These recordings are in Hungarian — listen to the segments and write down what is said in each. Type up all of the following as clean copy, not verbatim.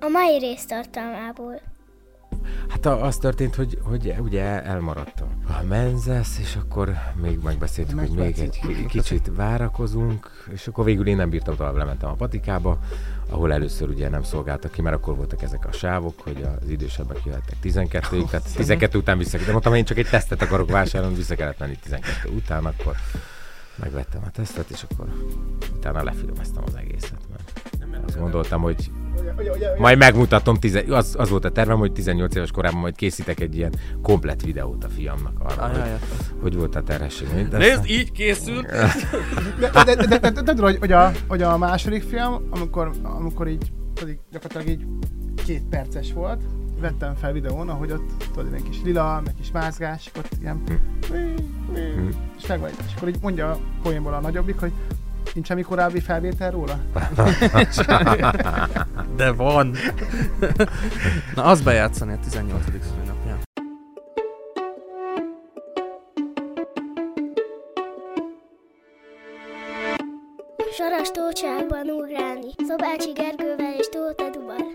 A mai rész tartalmából. Hát az történt, hogy ugye elmaradt a menzesz, és akkor még megbeszéltük, hogy még egy kicsit várakozunk, és akkor végül én nem bírtam tovább, lementem a patikába, ahol először ugye nem szolgáltak ki, mert akkor voltak ezek a sávok, hogy az idősebbek jöhettek 12-ig, tehát 12 után vissza, de mondtam, én csak egy tesztet akarok vásárolni, vissza kellett menni 12 után, akkor megvettem a tesztet, és akkor utána lefilmeztem az egészet, mert azt gondoltam, hogy majd megmutatom, az volt a tervem, hogy 18 éves korában majd készítek egy ilyen komplett videót a fiamnak arra, hogy volt a terhesség. Nézd, így készült! De hogy a második film, amikor így gyakorlatilag így 2 perces volt, vettem fel videón, ahogy ott tudod, egy kis lila, meg kis mázgás, ott ilyen és megvan, és akkor így mondja a poénból a nagyobbik, hogy nincs semmi korábbi felvétel róla? De van! Na, azt bejátszani a 18. szülinapján. Saras tócsákban ugrálni. Szobácsi Gergővel és Tóth Eduval.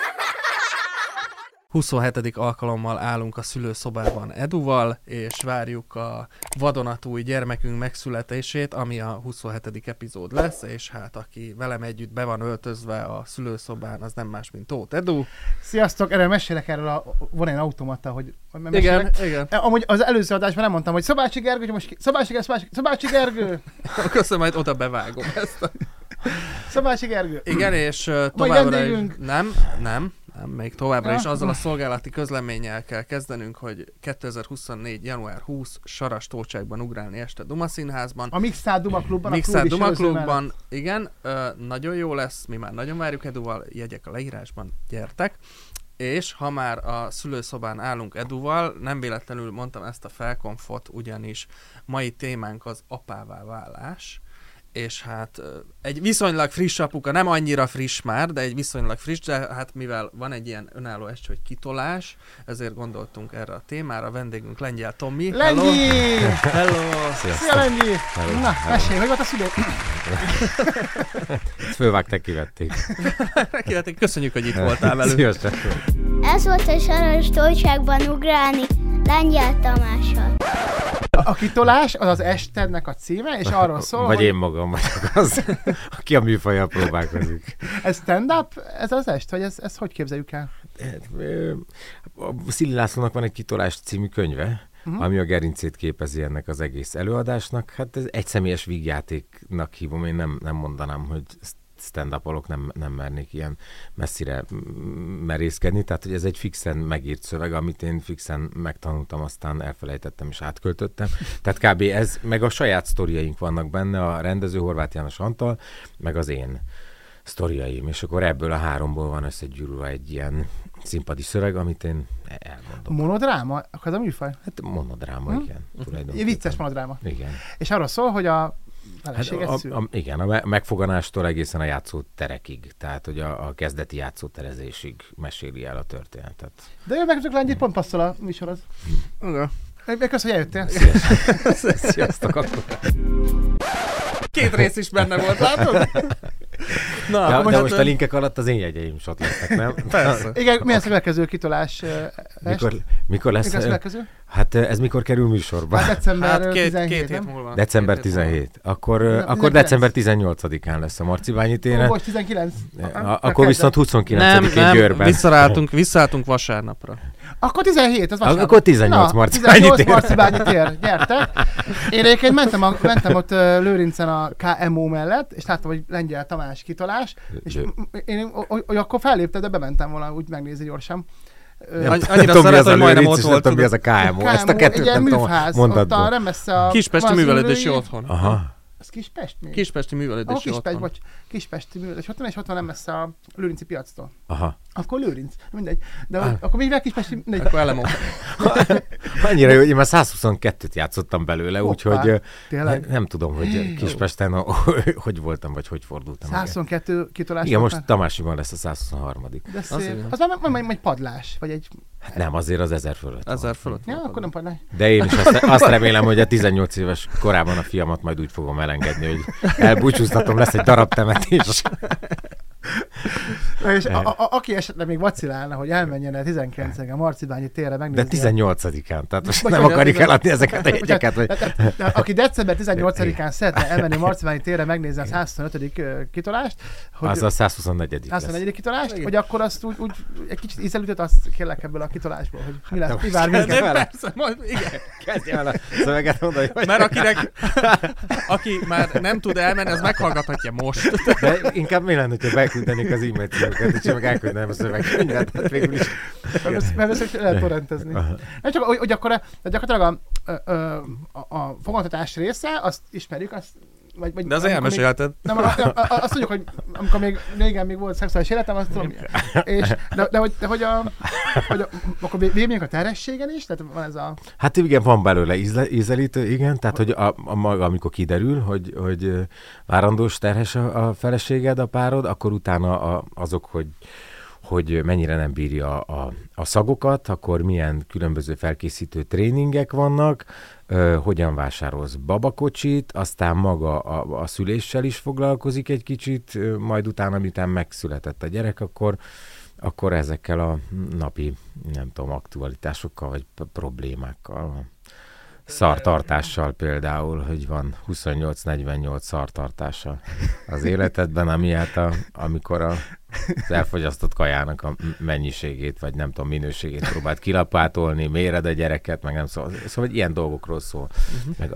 27. alkalommal állunk a szülőszobában Eduval, és várjuk a vadonatúj gyermekünk megszületését, ami a 27. epizód lesz, és hát aki velem együtt be van öltözve a szülőszobán, az nem más, mint Tóth Edu. Sziasztok, mesélek erről, van egy automata, hogy igen. Amúgy az előző adásban nem mondtam, hogy Szobácsi Gergő, hogy most Szobácsi Gergő! Köszönöm, majd oda bevágom ezt a... Szobácsi Gergő! Igen, és továbbra is... Nem, még továbbra is azzal a szolgálati közleménnyel kell kezdenünk, hogy 2024. január 20 Saras tócsákban ugrálni este Duma Színházban. A Mixát Duma Klubban. Mixát Duma Klubban, igen, nagyon jó lesz, mi már nagyon várjuk Eduval, jegyek a leírásban, gyertek. És ha már a szülőszobán állunk Eduval, nem véletlenül mondtam ezt a felkonfot, ugyanis mai témánk az apává válás, és hát egy viszonylag friss apuka, nem annyira friss már, de egy viszonylag friss, de hát mivel van egy ilyen önálló est, hogy kitolás, ezért gondoltunk erre a témára. A vendégünk Lengyel Tomi. Lengyi! Hello! Szia, Lengyi! Na, mesélj, hogy volt a szülő? Fölvágták, kivették. Köszönjük, hogy itt voltál velünk. Szívesen. Ez volt a Saras tócsákban ugrálni Lengyel Tamással. A kitolás az az estednek a címe, és arról szól, vagy hogy... én magam vagyok az, aki a műfajjal próbálkozik. Ez stand-up, ez az est? Vagy ez hogy képzeljük el? A Szili Lászlónak van egy Kitolás című könyve, ami a gerincét képezi ennek az egész előadásnak. Hát ez egyszemélyes vígjátéknak hívom, én nem mondanám, hogy stand-upolok, nem mernék ilyen messzire merészkedni, tehát hogy ez egy fixen megírt szöveg, amit én fixen megtanultam, aztán elfelejtettem és átköltöttem. Tehát kb. Ez, meg a saját sztoriaink vannak benne, a rendező Horváth János Antal, meg az én sztoriaim, és akkor ebből a 3-ból van összegyűrülve egy ilyen színpadi szöveg, amit én elmondom. Monodráma? Akkor ez a műfaj? Hát monodráma, igen. Ilyen vicces monodráma. Igen. És arról szól, hogy a feleséget szül. Igen, a megfoganástól egészen a játszóterekig, tehát hogy a kezdeti játszóterezésig meséli el a történetet. De jön meg, Lengyit, pont passzol a műsorhoz. Köszönöm, hogy eljöttél. Sziasztok akkor. 2 rész is benne volt, látod? Na, de most a linkek alatt az én jegyeim is ott lesznek, nem? Persze. Igen, milyen következő kitolás Mikor lesz? Hát ez mikor kerül műsorba? Hát december 17, 17, hét múlva. December 17. Akkor december 18-án lesz a Marcibányi téren. Most 19. Akkor viszont 29-én Győrben. Visszaálltunk vasárnapra. Akkor 17, az vasárnap. Akkor 18 Marcibányi tér. 18 Marcibányi tér, gyertek. Én egyébként mentem ott Lőrincen a KMO mellett, és láttam, hogy Lengyel Tamás kitolás, és én akkor felléptem, de bementem volna úgy megnézni gyorsan. Annyira szeret, hogy majdnem ott volt. Nem tudom, mi az a KMO. Ezt a kettőt nem tudom mondatból. Ott nem messze a... Kispesti művelődési otthon. Aha. Ez Kispest még? Kispesti művelődési otthon. Kispesti művelődési otthon, és ott van nem messze a Lőrinci piactól. Aha. Akkor Lőrinc, mindegy. De akkor még Kispesti... Akkor elemok. Annyira jó, hogy én már 122-t játszottam belőle, úgyhogy nem tudom, hogy Kispesten hogy voltam, vagy hogy fordultam. 122 kitolás. Igen, most Tamásiban lesz a 123. De szép. Az már egy padlás, vagy egy... Hát nem, azért az 1000 fölött. 1000 fölött. Ja, akkor nem padlás. De én is azt remélem, hogy a 18 éves korában a fiamat majd úgy fogom elengedni, hogy elbúcsúztatom, lesz egy darab temetés. És aki esetleg még vacilálna, hogy elmenjen el 19-en a Marcibányi térre megnézni. De 18-án, tehát most nem akarjuk eladni ezeket a jegyeket. Hogy... Aki december 18-án szeretne elmenni a Marcibányi térre megnézni a 125. kitolást. Hogy az a 124. 124. kitolást, hogy akkor azt úgy egy kicsit ízelütöt, azt kérlek ebből a kitolásból, hogy mi lesz, mi vár minket. Persze, majd igen. Kezdjem el a szöveget mondani, hogy... Mert aki már nem tud elmenni, az meghallgathatja most. De inkább mi lenne, hogyha beküldenék az e-mail címüket, és meg elküldeném a szövegkönyvet, tehát végül is... Mert ezt lehet torrentezni. Nem csak, hogy akkor gyakorlatilag a fogadtatás része, azt ismerjük, azt de az elmesélted. Azt mondjuk, hogy amikor még régen még volt szexuális életem, azt tudom. És, de hogy akkor végüljünk a terhességen is? Tehát van ez a... Hát igen, van belőle ízelítő, igen. Tehát, hogy amikor kiderül, hogy várandós terhes a feleséged, a párod, akkor utána azok, hogy mennyire nem bírja a szagokat, akkor milyen különböző felkészítő tréningek vannak, hogyan vásárolsz babakocsit, aztán maga a szüléssel is foglalkozik egy kicsit, majd utána, miután megszületett a gyerek, akkor ezekkel a napi, nem tudom, aktualitásokkal vagy problémákkal, szartartással például, hogy van 28-48 szartartása az életedben, amiatt amikor az elfogyasztott kajának a mennyiségét, vagy nem tudom, minőségét próbált kilapátolni, méred a gyereket, meg nem szól. Szóval ilyen dolgokról szól. Meg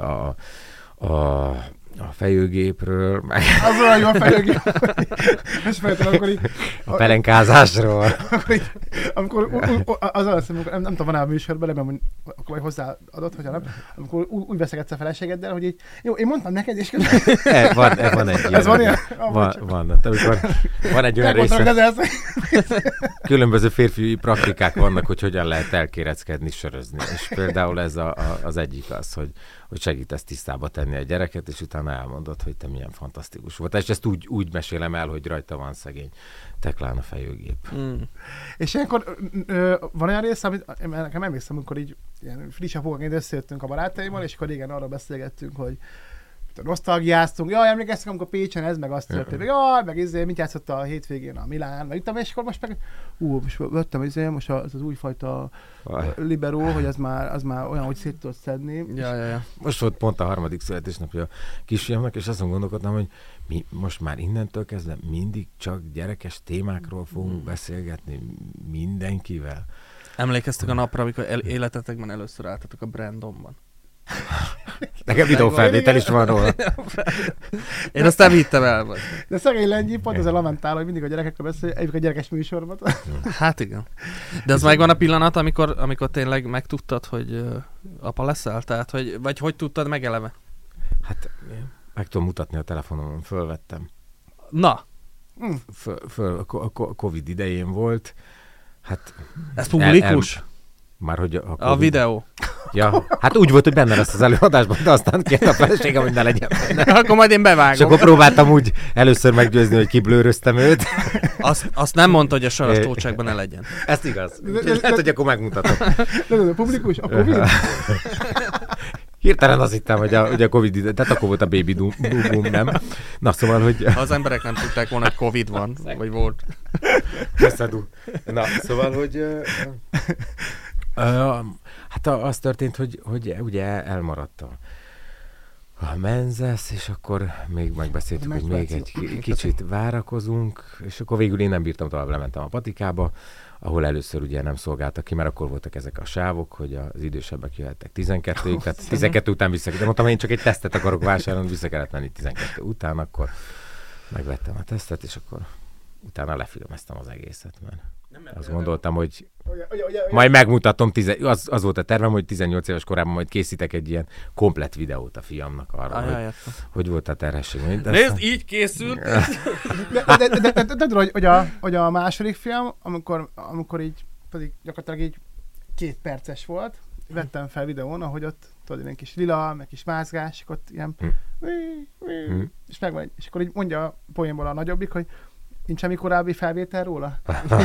a fejőgépről. Meg... Az olyan jó a fejőgép. Akkor így... A pelenkázásról. Amikor az az, nem tudom, van-e a műsorban, nem, akkor majd hozzáadott, hogyha nem, amikor úgy veszekedsz a feleségeddel, hogy így, jó, én mondtam neked, és van egy ilyen. Ez van ilyen? Van. Van egy olyan része. Különböző férfiúi praktikák vannak, hogy hogyan lehet elkéreckedni, sörözni. És például ez az egyik az, hogy segítesz tisztába tenni a gyereket, és utána elmondod, hogy te milyen fantasztikus volt. És ezt úgy mesélem el, hogy rajta van szegény Teklán a fejőgép. És ilyenkor van olyan rész, amit nekem emlékszem, amikor így ilyen friss apukaként összejöttünk a barátaimmal, és akkor régen arra beszélgettünk, hogy nosztalgiáztunk, jaj, emlékeztek, amikor Pécsen ez, meg azt történt, jaj, meg mit játszott a hétvégén a Milán, meg és akkor most meg, most vettem most az újfajta liberó, hogy az már olyan, hogy szét tudod szedni. Ja. Most volt pont a 3. születésnapja a kisfiamnak, és azon gondolkodtam, hogy mi most már innentől kezdve mindig csak gyerekes témákról fogunk beszélgetni mindenkivel. Emlékeztek a napra, amikor életetekben először álltatok a Brandonban? Nekem videófelvétel is van róla. Én azt nem hittem el. Vagy. De szegény Lengyi pont ezzel lamentál, hogy mindig a gyerekekkel beszél, egyébként a gyerekes műsorban. Hát igen. De az megvan a pillanat, amikor tényleg megtudtad, hogy apa leszel? Tehát, vagy hogy tudtad meg eleve? Hát meg tudom mutatni a telefonomon, fölvettem. Na. Covid idején volt. Hát, ez publikus? Már hogy a videó. Ja, hát úgy volt, hogy benne lesz az előadásban, de aztán kért a feleségem, hogy ne legyen benne. Akkor majd én bevágom. És akkor próbáltam úgy először meggyőzni, hogy kiblőröztem őt. Azt nem mondta, hogy a sarastóságban ne legyen. Ez igaz. Lehet, hogy akkor megmutatom. De publikus? A Covid? Hirtelen azt hittem, hogy a Covid ide, tehát akkor volt a baby boom, nem? Na, szóval, hogy... Az emberek nem tudták volna, hogy Covid van, vagy volt. Összedú. Na, szóval, hogy... hát az történt, hogy ugye elmaradt a menzesz, és akkor még megbeszéltük, hogy még egy kicsit várakozunk, és akkor végül én nem bírtam tovább, lementem a patikába, ahol először ugye nem szolgáltak ki, mert akkor voltak ezek a sávok, hogy az idősebbek jöhettek 12-ig, tehát 12 után vissza, de mondtam, én csak egy tesztet akarok vásárolni, vissza kellett menni 12 után, akkor megvettem a tesztet, és akkor utána lefilmeztem az egészet, mert azt gondoltam, hogy majd megmutatom, az volt a tervem, hogy 18 éves korában majd készítek egy ilyen komplett videót a fiamnak arra, hogy volt a terhesség. Nézd, így készült! De tudod, hogy a második film, amikor így, pedig gyakorlatilag így 2 perces volt, vettem fel videón, ahogy ott tudod, ilyen kis lila, meg kis mázgás, ott ilyen és megvan, és akkor így mondja a poénból a nagyobbik, hogy nincs semmi korábbi felvétel róla?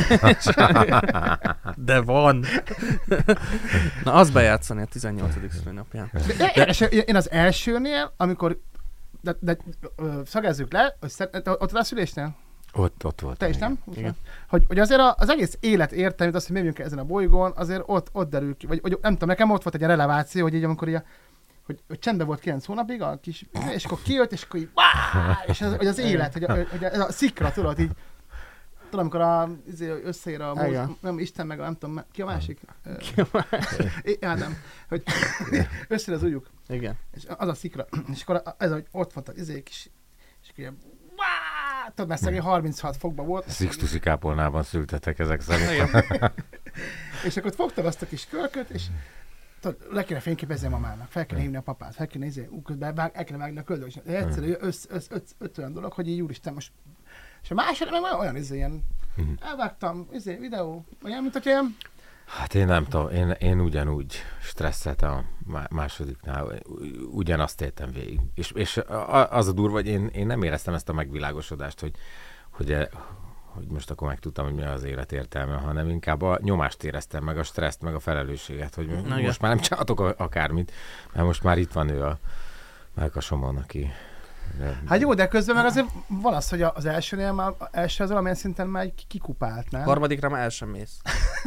De van. Na, azt bejátszani a 18. szülinapján. Én az elsőnél, amikor de szögezzük le, hogy ott a szülésnél? Ott volt. Te is, nem? Igen. Hogy azért az egész élet értelmét, azt, hogy mi vagyunk ezen a bolygón, azért ott derül ki, vagy nem tudom, nekem ott volt egy releváció, hogy így amikor így hogy csendben volt 9 hónapig, a kis, és akkor kijött, és akkor így, és hogy az élet, hogy ez a szikra, tudod, így, tudom, amikor összeér a nem, Isten meg a nem tudom, ki a másik? Ádám, hogy összeér az ujjuk. Igen. És az a szikra, és akkor ez, hogy ott volt az izék is, és akkor ilyen, tudod, mert szegény 36 fokban volt. Sixtusi kápolnában szültetek ezek szerint. És akkor ott fogtad azt a kis kölköt, és tudod, le kéne fényképezni a mamának, fel kéne hívni a papát, fel kéne közben el kéne vágni a köldög, és egyszerű öt olyan dolog, hogy így úristen most. És a második meg olyan ilyen, elvágtam, videó, olyan, mint hogy ilyen. Hát én nem tudom, én ugyanúgy stresszeltem a másodiknál, ugyanazt éltem végig. És az a durva, hogy én nem éreztem ezt a megvilágosodást, hogy most akkor megtudtam, hogy mi az élet értelme, hanem inkább a nyomást éreztem, meg a stresszt, meg a felelősséget, hogy most már nem csinálhatok akármit, mert most már itt van ő a Melka Somon, aki... Hát jó, de közben meg azért van az, hogy az elsőnél már első az valamilyen szinten már kikupált, nem? Harmadikra már el sem mész.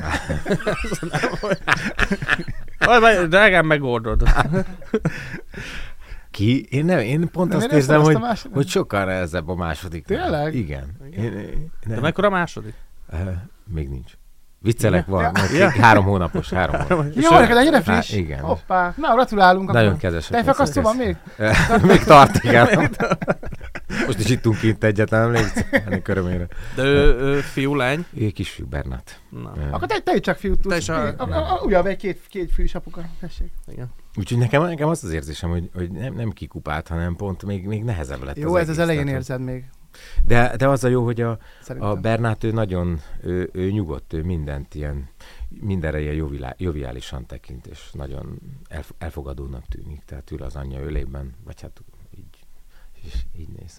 Drágán megoldod. Én pont azt érzem, hogy sokkal nehezebb a második. Tényleg? Igen. De mekkora a második? Még nincs. Viccelek van, 3 hónapos. Jó, neked ennyire friss? Igen. Hoppá, na, gratulálunk. Nagyon kezes. Tejfakasztóban még? Még tart, igen. Most is ittunk kint egyetlen, emlékszel ennek örömére. De ő fiú, lány? Kisfiú, Bernát. Akkor te csak fiút tudsz. Ugyan egy két fűs apuka, tessék. Igen. Úgyhogy nekem az az érzésem, hogy nem kikupált, hanem pont még nehezebb lett. Jó, ez az elején érzed még. De az a jó, hogy a Bernát ő nagyon ő nyugodt, ő mindent ilyen, mindenre ilyen joviálisan tekint, és nagyon elfogadónak tűnik. Tehát ül az anyja ölében, vagy hát így néz.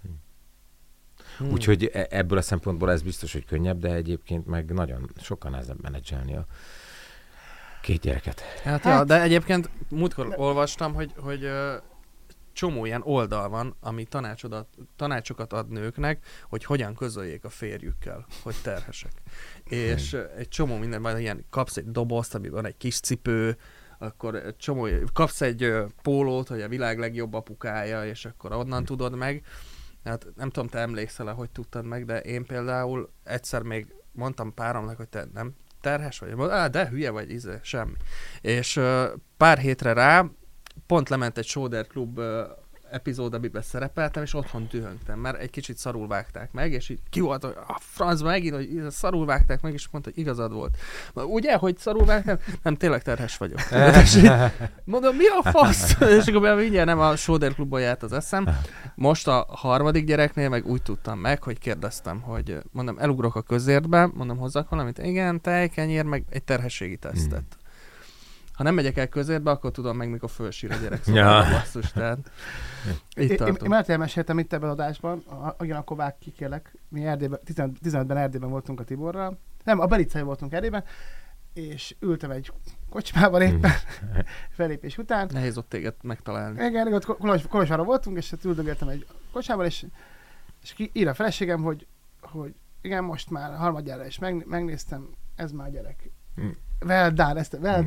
Úgyhogy ebből a szempontból ez biztos, hogy könnyebb, de egyébként meg nagyon sokkal nehezebb menedzselni a 2 gyereket. Hát ja, de egyébként múltkor olvastam, hogy csomó ilyen oldal van, ami tanácsokat ad nőknek, hogy hogyan közöljék a férjükkel, hogy terhesek. És egy csomó minden, majd ilyen kapsz egy dobozt, amiben van egy kis cipő, akkor egy csomó, kapsz egy pólót, hogy a világ legjobb apukája, és akkor onnan tudod meg. Hát nem tudom, te emlékszel, hogy tudtad meg, de én például egyszer még mondtam páromnak, hogy te nem terhes vagy. De hülye vagy, semmi. És pár hétre rá pont lement egy Soder Klub epizód, amiben szerepeltem, és otthon dühöngtem, mert egy kicsit szarul vágták meg, és így ki volt, hogy a francba megint, hogy szarul vágták meg, és mondta, hogy igazad volt. Ugye, hogy szarul vágtam? Nem, tényleg terhes vagyok. És így, mondom, mi a fasz? És akkor mindjárt nem a Soder Klubban járt az eszem. Most a harmadik gyereknél meg úgy tudtam meg, hogy kérdeztem, hogy mondom, elugrok a közértbe, mondom, hozzak valamit, igen, tejkenyér, meg egy terhességi tesztet. Ha nem megyek el közértbe, akkor tudom meg, mikor fölsír a gyerek szóval basszus, tehát itt tartunk. Én már elmeséltem itt ebben az adásban, akkor vág ki, kérlek. Mi Erdélyben, 15-ben Erdélyben voltunk a Tiborral. Nem, a Belicei voltunk Erdélyben, és ültem egy kocsmában éppen felépés után. Nehéz ott téged megtalálni. Igen, ott Kolozsvárra voltunk, és üldögéltem egy kocsmában, és ír a feleségem, hogy igen, most már harmadjára is megnéztem, ez már gyerek. Well done.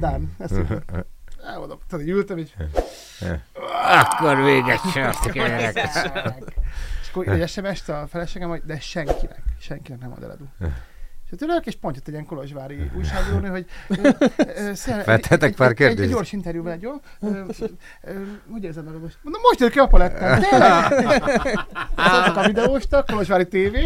Elmondom, tudod, ültem, és... Akkor véget sört kérek. És akkor egy SMS-t a feleségem, hogy de senkinek nem ad eladó. És ott ülök, és pont jött egy ilyen kolozsvári újságírónő, hogy... Feltettek pár kérdést. Egy gyors interjú veled, jó? Úgy érzed meg most? Mondom, most jött ki apa lettem. Tényleg? Szóltak a videóstak, Kolozsvári TV.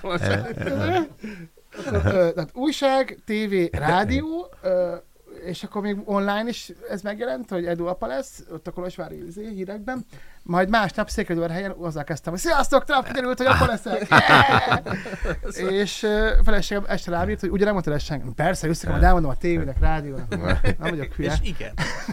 Tehát újság, tévé, rádió, és akkor még online is ez megjelent, hogy Edu apa lesz, ott a kolozsvári hírekben. Majd másnap Székelyudvarhelyen azzal kezdtem, hogy sziasztok, tegnap kiderült, hogy apa leszek. Yeah! És feleségem este rám írt, hogy ugye nem mondtad ezt senki. Persze, jösszük, majd elmondom a tévének, rádiónak. Nem vagyok hülye. És igen.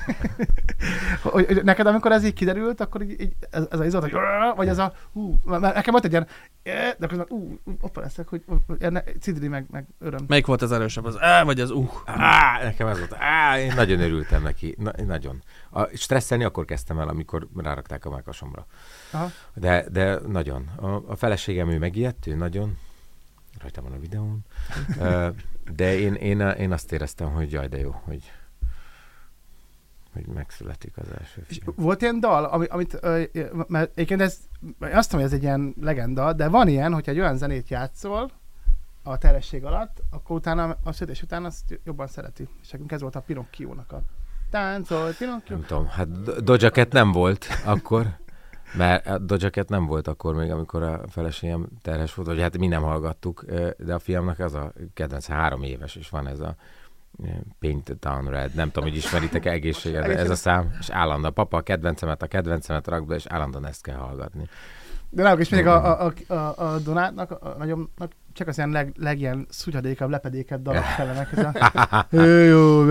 Neked, amikor ez így kiderült, akkor így ez az izot, hogy vagy ez a nekem volt egy ilyen, de közben apa leszek, hogy cidri meg öröm. Melyik volt az erősebb? Az vagy az Nekem ez volt. Én nagyon örültem neki. Nagyon. Stresszelni akkor kezdtem el, amikor rárakták a Melkasomra. De nagyon. A feleségem, ő megijedt, ő nagyon rajta van a videón. De én azt éreztem, hogy jaj, de jó, hogy megszületik az első film. Volt ilyen dal, amit, mert egyébként azt mondom, hogy ez egy ilyen legenda, de van ilyen, hogyha egy olyan zenét játszol a terhesség alatt, akkor utána, a születés után azt jobban szereti. És nekünk ez volt a Pinocchio-nak a táncol, Pinocchio. Nem tudom, hát Doja Cat nem volt akkor, mert a Doja Cat nem volt akkor még, amikor a feleségem terhes volt, vagy hát mi nem hallgattuk, de a fiamnak az a kedvenc 3 éves, és van ez a Paint Town Red, nem tudom, hogy ismeritek egészséget, ez a szám, és állandóan a kedvencemet rak be, és állandóan ezt kell hallgatni. De náluk is mindig a Donátnak, nagyobbnak csak az ilyen legilyen szutyadékabb, lepedékebb dalok kellenek. Ez a jó,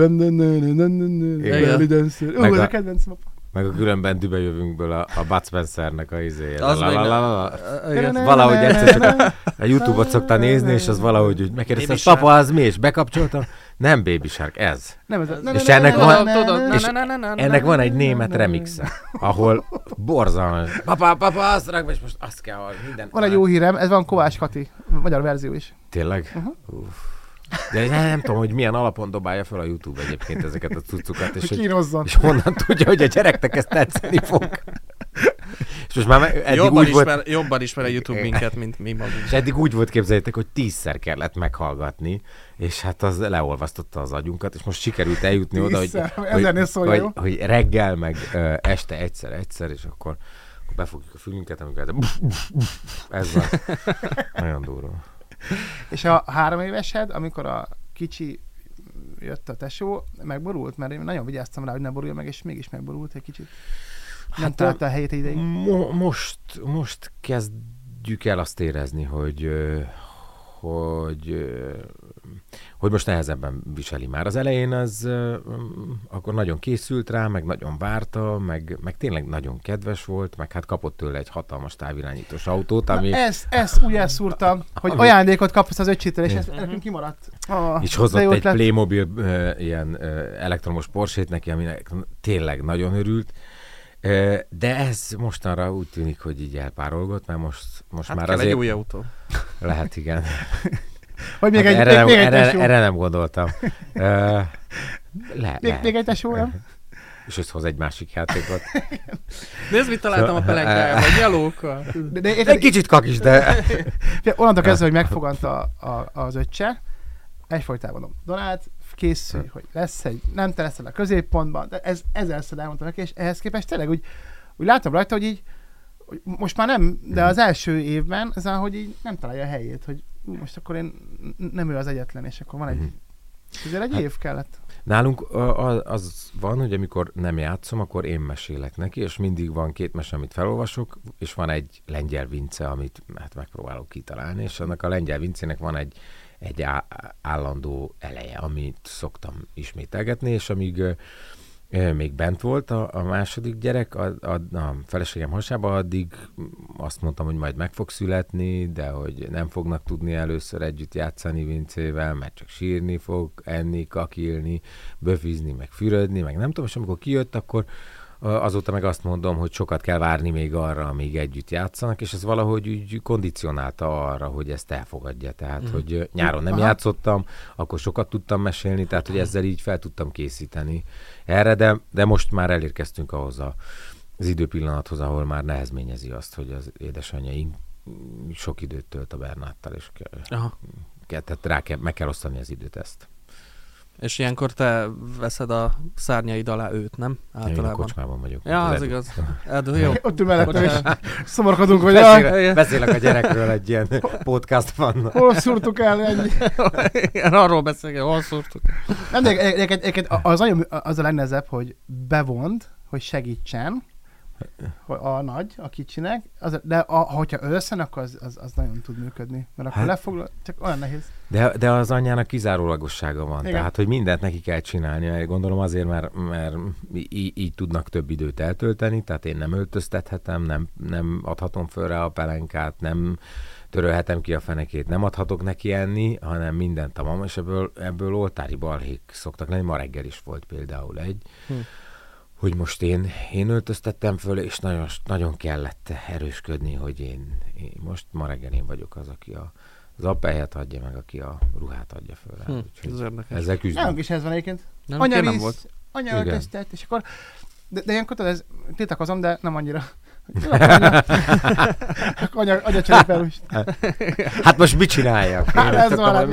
ez a kedvencem. Meg a különben dübejövünkből a Bud Spencernek a izéje. Az valahogy egyszer csak a YouTube-ot szokta nézni, és az valahogy úgy megkérdezte, hogy papa, az mi? És bekapcsoltam. Nem Baby Shark, ez. És ennek van egy német remixe, ahol borzalmas. Papa, azt rak be, és most azt kell hallani. Minden. Van egy jó hírem, ez van Kovács Kati, magyar verzió is. Tényleg? De nem tudom, hogy milyen alapon dobálja fel a YouTube egyébként ezeket a cuccukat, és honnan tudja, hogy a gyereknek ezt tetszeni fog. És most már jobban ismer a YouTube minket, mint mi magunk. És eddig úgy volt, képzeljétek, hogy 10-szer kellett meghallgatni, és hát az leolvasztotta az agyunkat, és most sikerült eljutni oda, hogy reggel, meg este egyszer, és akkor befogjuk a fülünket, amikor ez van. Nagyon durva. És a 3 évesed, amikor a kicsi jött a tesó, megborult? Mert én nagyon vigyáztam rá, hogy ne borulja meg, és mégis megborult egy kicsit. Nem találta a helyét ideig? Most kezdjük el azt érezni, hogy most nehezebben viseli már. Az elején az akkor nagyon készült rá, meg nagyon várta, meg tényleg nagyon kedves volt, meg hát kapott tőle egy hatalmas távirányítós autót, ami... Na ezt úgy elszúrtam, hogy ajándékot kapsz az öcsétől, és ez nekünk kimaradt. És hozott egy Playmobil ilyen elektromos Porsét neki, aminek tényleg nagyon örült. De ez mostanra úgy tűnik, hogy így elpárolgott, mert most hát már azért... egy új autó. Lehet, igen. Vagy még hát erre nem gondoltam. Még egy tesó, nem? És összehoz egy másik játékot. Nézd, mit találtam a pelenkájában, vagy nyalókkal. Egy kicsit kakis, de... Onnantól kezdve, hogy megfoganta az öccse, egyfolytában mondom, Donát, készülj, hogy lesz nem te leszel a középpontban, de ez ezerszer elmondtam neki, és ehhez képest tényleg úgy látom rajta, hogy így, most már nem, de az első évben ez hogy így nem találja a helyét, hogy most akkor én nem ő az egyetlen, és akkor van egy év kellett. Nálunk az van, hogy amikor nem játszom, akkor én mesélek neki, és mindig van 2 mese, amit felolvasok, és van egy lengyel vince, amit hát megpróbálok kitalálni, és annak a lengyel vincének van egy állandó eleje, amit szoktam ismételgetni, és amíg még bent volt a második gyerek a feleségem hasába, addig azt mondtam, hogy majd meg fog születni, de hogy nem fognak tudni először együtt játszani Vincével, mert csak sírni fog, enni, kakilni, böfizni, meg fürödni, meg nem tudom, és amikor kijött, akkor azóta meg azt mondom, hogy sokat kell várni még arra, amíg együtt játszanak, és ez valahogy úgy kondicionálta arra, hogy ezt elfogadja. Tehát, hogy nyáron nem játszottam, akkor sokat tudtam mesélni, tehát, hogy ezzel így fel tudtam készíteni erre, de most már elérkeztünk ahhoz az időpillanathoz, ahol már nehezményezi azt, hogy az édesanyja sok időt tölt a Bernáttal, és tehát meg kell osztani az időt ezt. És ilyenkor te veszed a szárnyaid alá őt, nem? Általában. Én a kocsmában vagyok. Ja, az igaz. Jó. Ott ül mellettem, és szomorkodunk, hogy beszélek a gyerekről egy ilyen podcastban. Hol szúrtuk el ennyi? Arról beszélek, hol szúrtuk. Nem, de az a legnehezebb, hogy bevond, hogy segítsen a nagy, a kicsinek, de hogyha összen, akkor az nagyon tud működni. Mert akkor lefoglal, csak olyan nehéz. De az anyjának kizárólagossága van. Igen. Tehát, hogy mindent neki kell csinálni. Gondolom azért, mert így tudnak több időt eltölteni, tehát én nem öltöztethetem, nem adhatom föl rá a pelenkát, nem törölhetem ki a fenekét, nem adhatok neki enni, hanem mindent a mama, és ebből oltári balhék szoktak lenni. Ma reggel is volt például egy. Hogy most én öltöztettem föl, és nagyon, nagyon kellett erősködni, hogy én most ma reggel én vagyok az, aki az az apa helyet adja meg, aki a ruhát adja föl. Ez érdekes. Ezzel küzdünk. Nálunk is ez van egyébként. Nem, nem volt. Anya öltöztet, és akkor... De ilyenkor tudod, ez tiltakozom, de nem annyira. Anya cserél felust. Hát most mit csináljak? Ez van.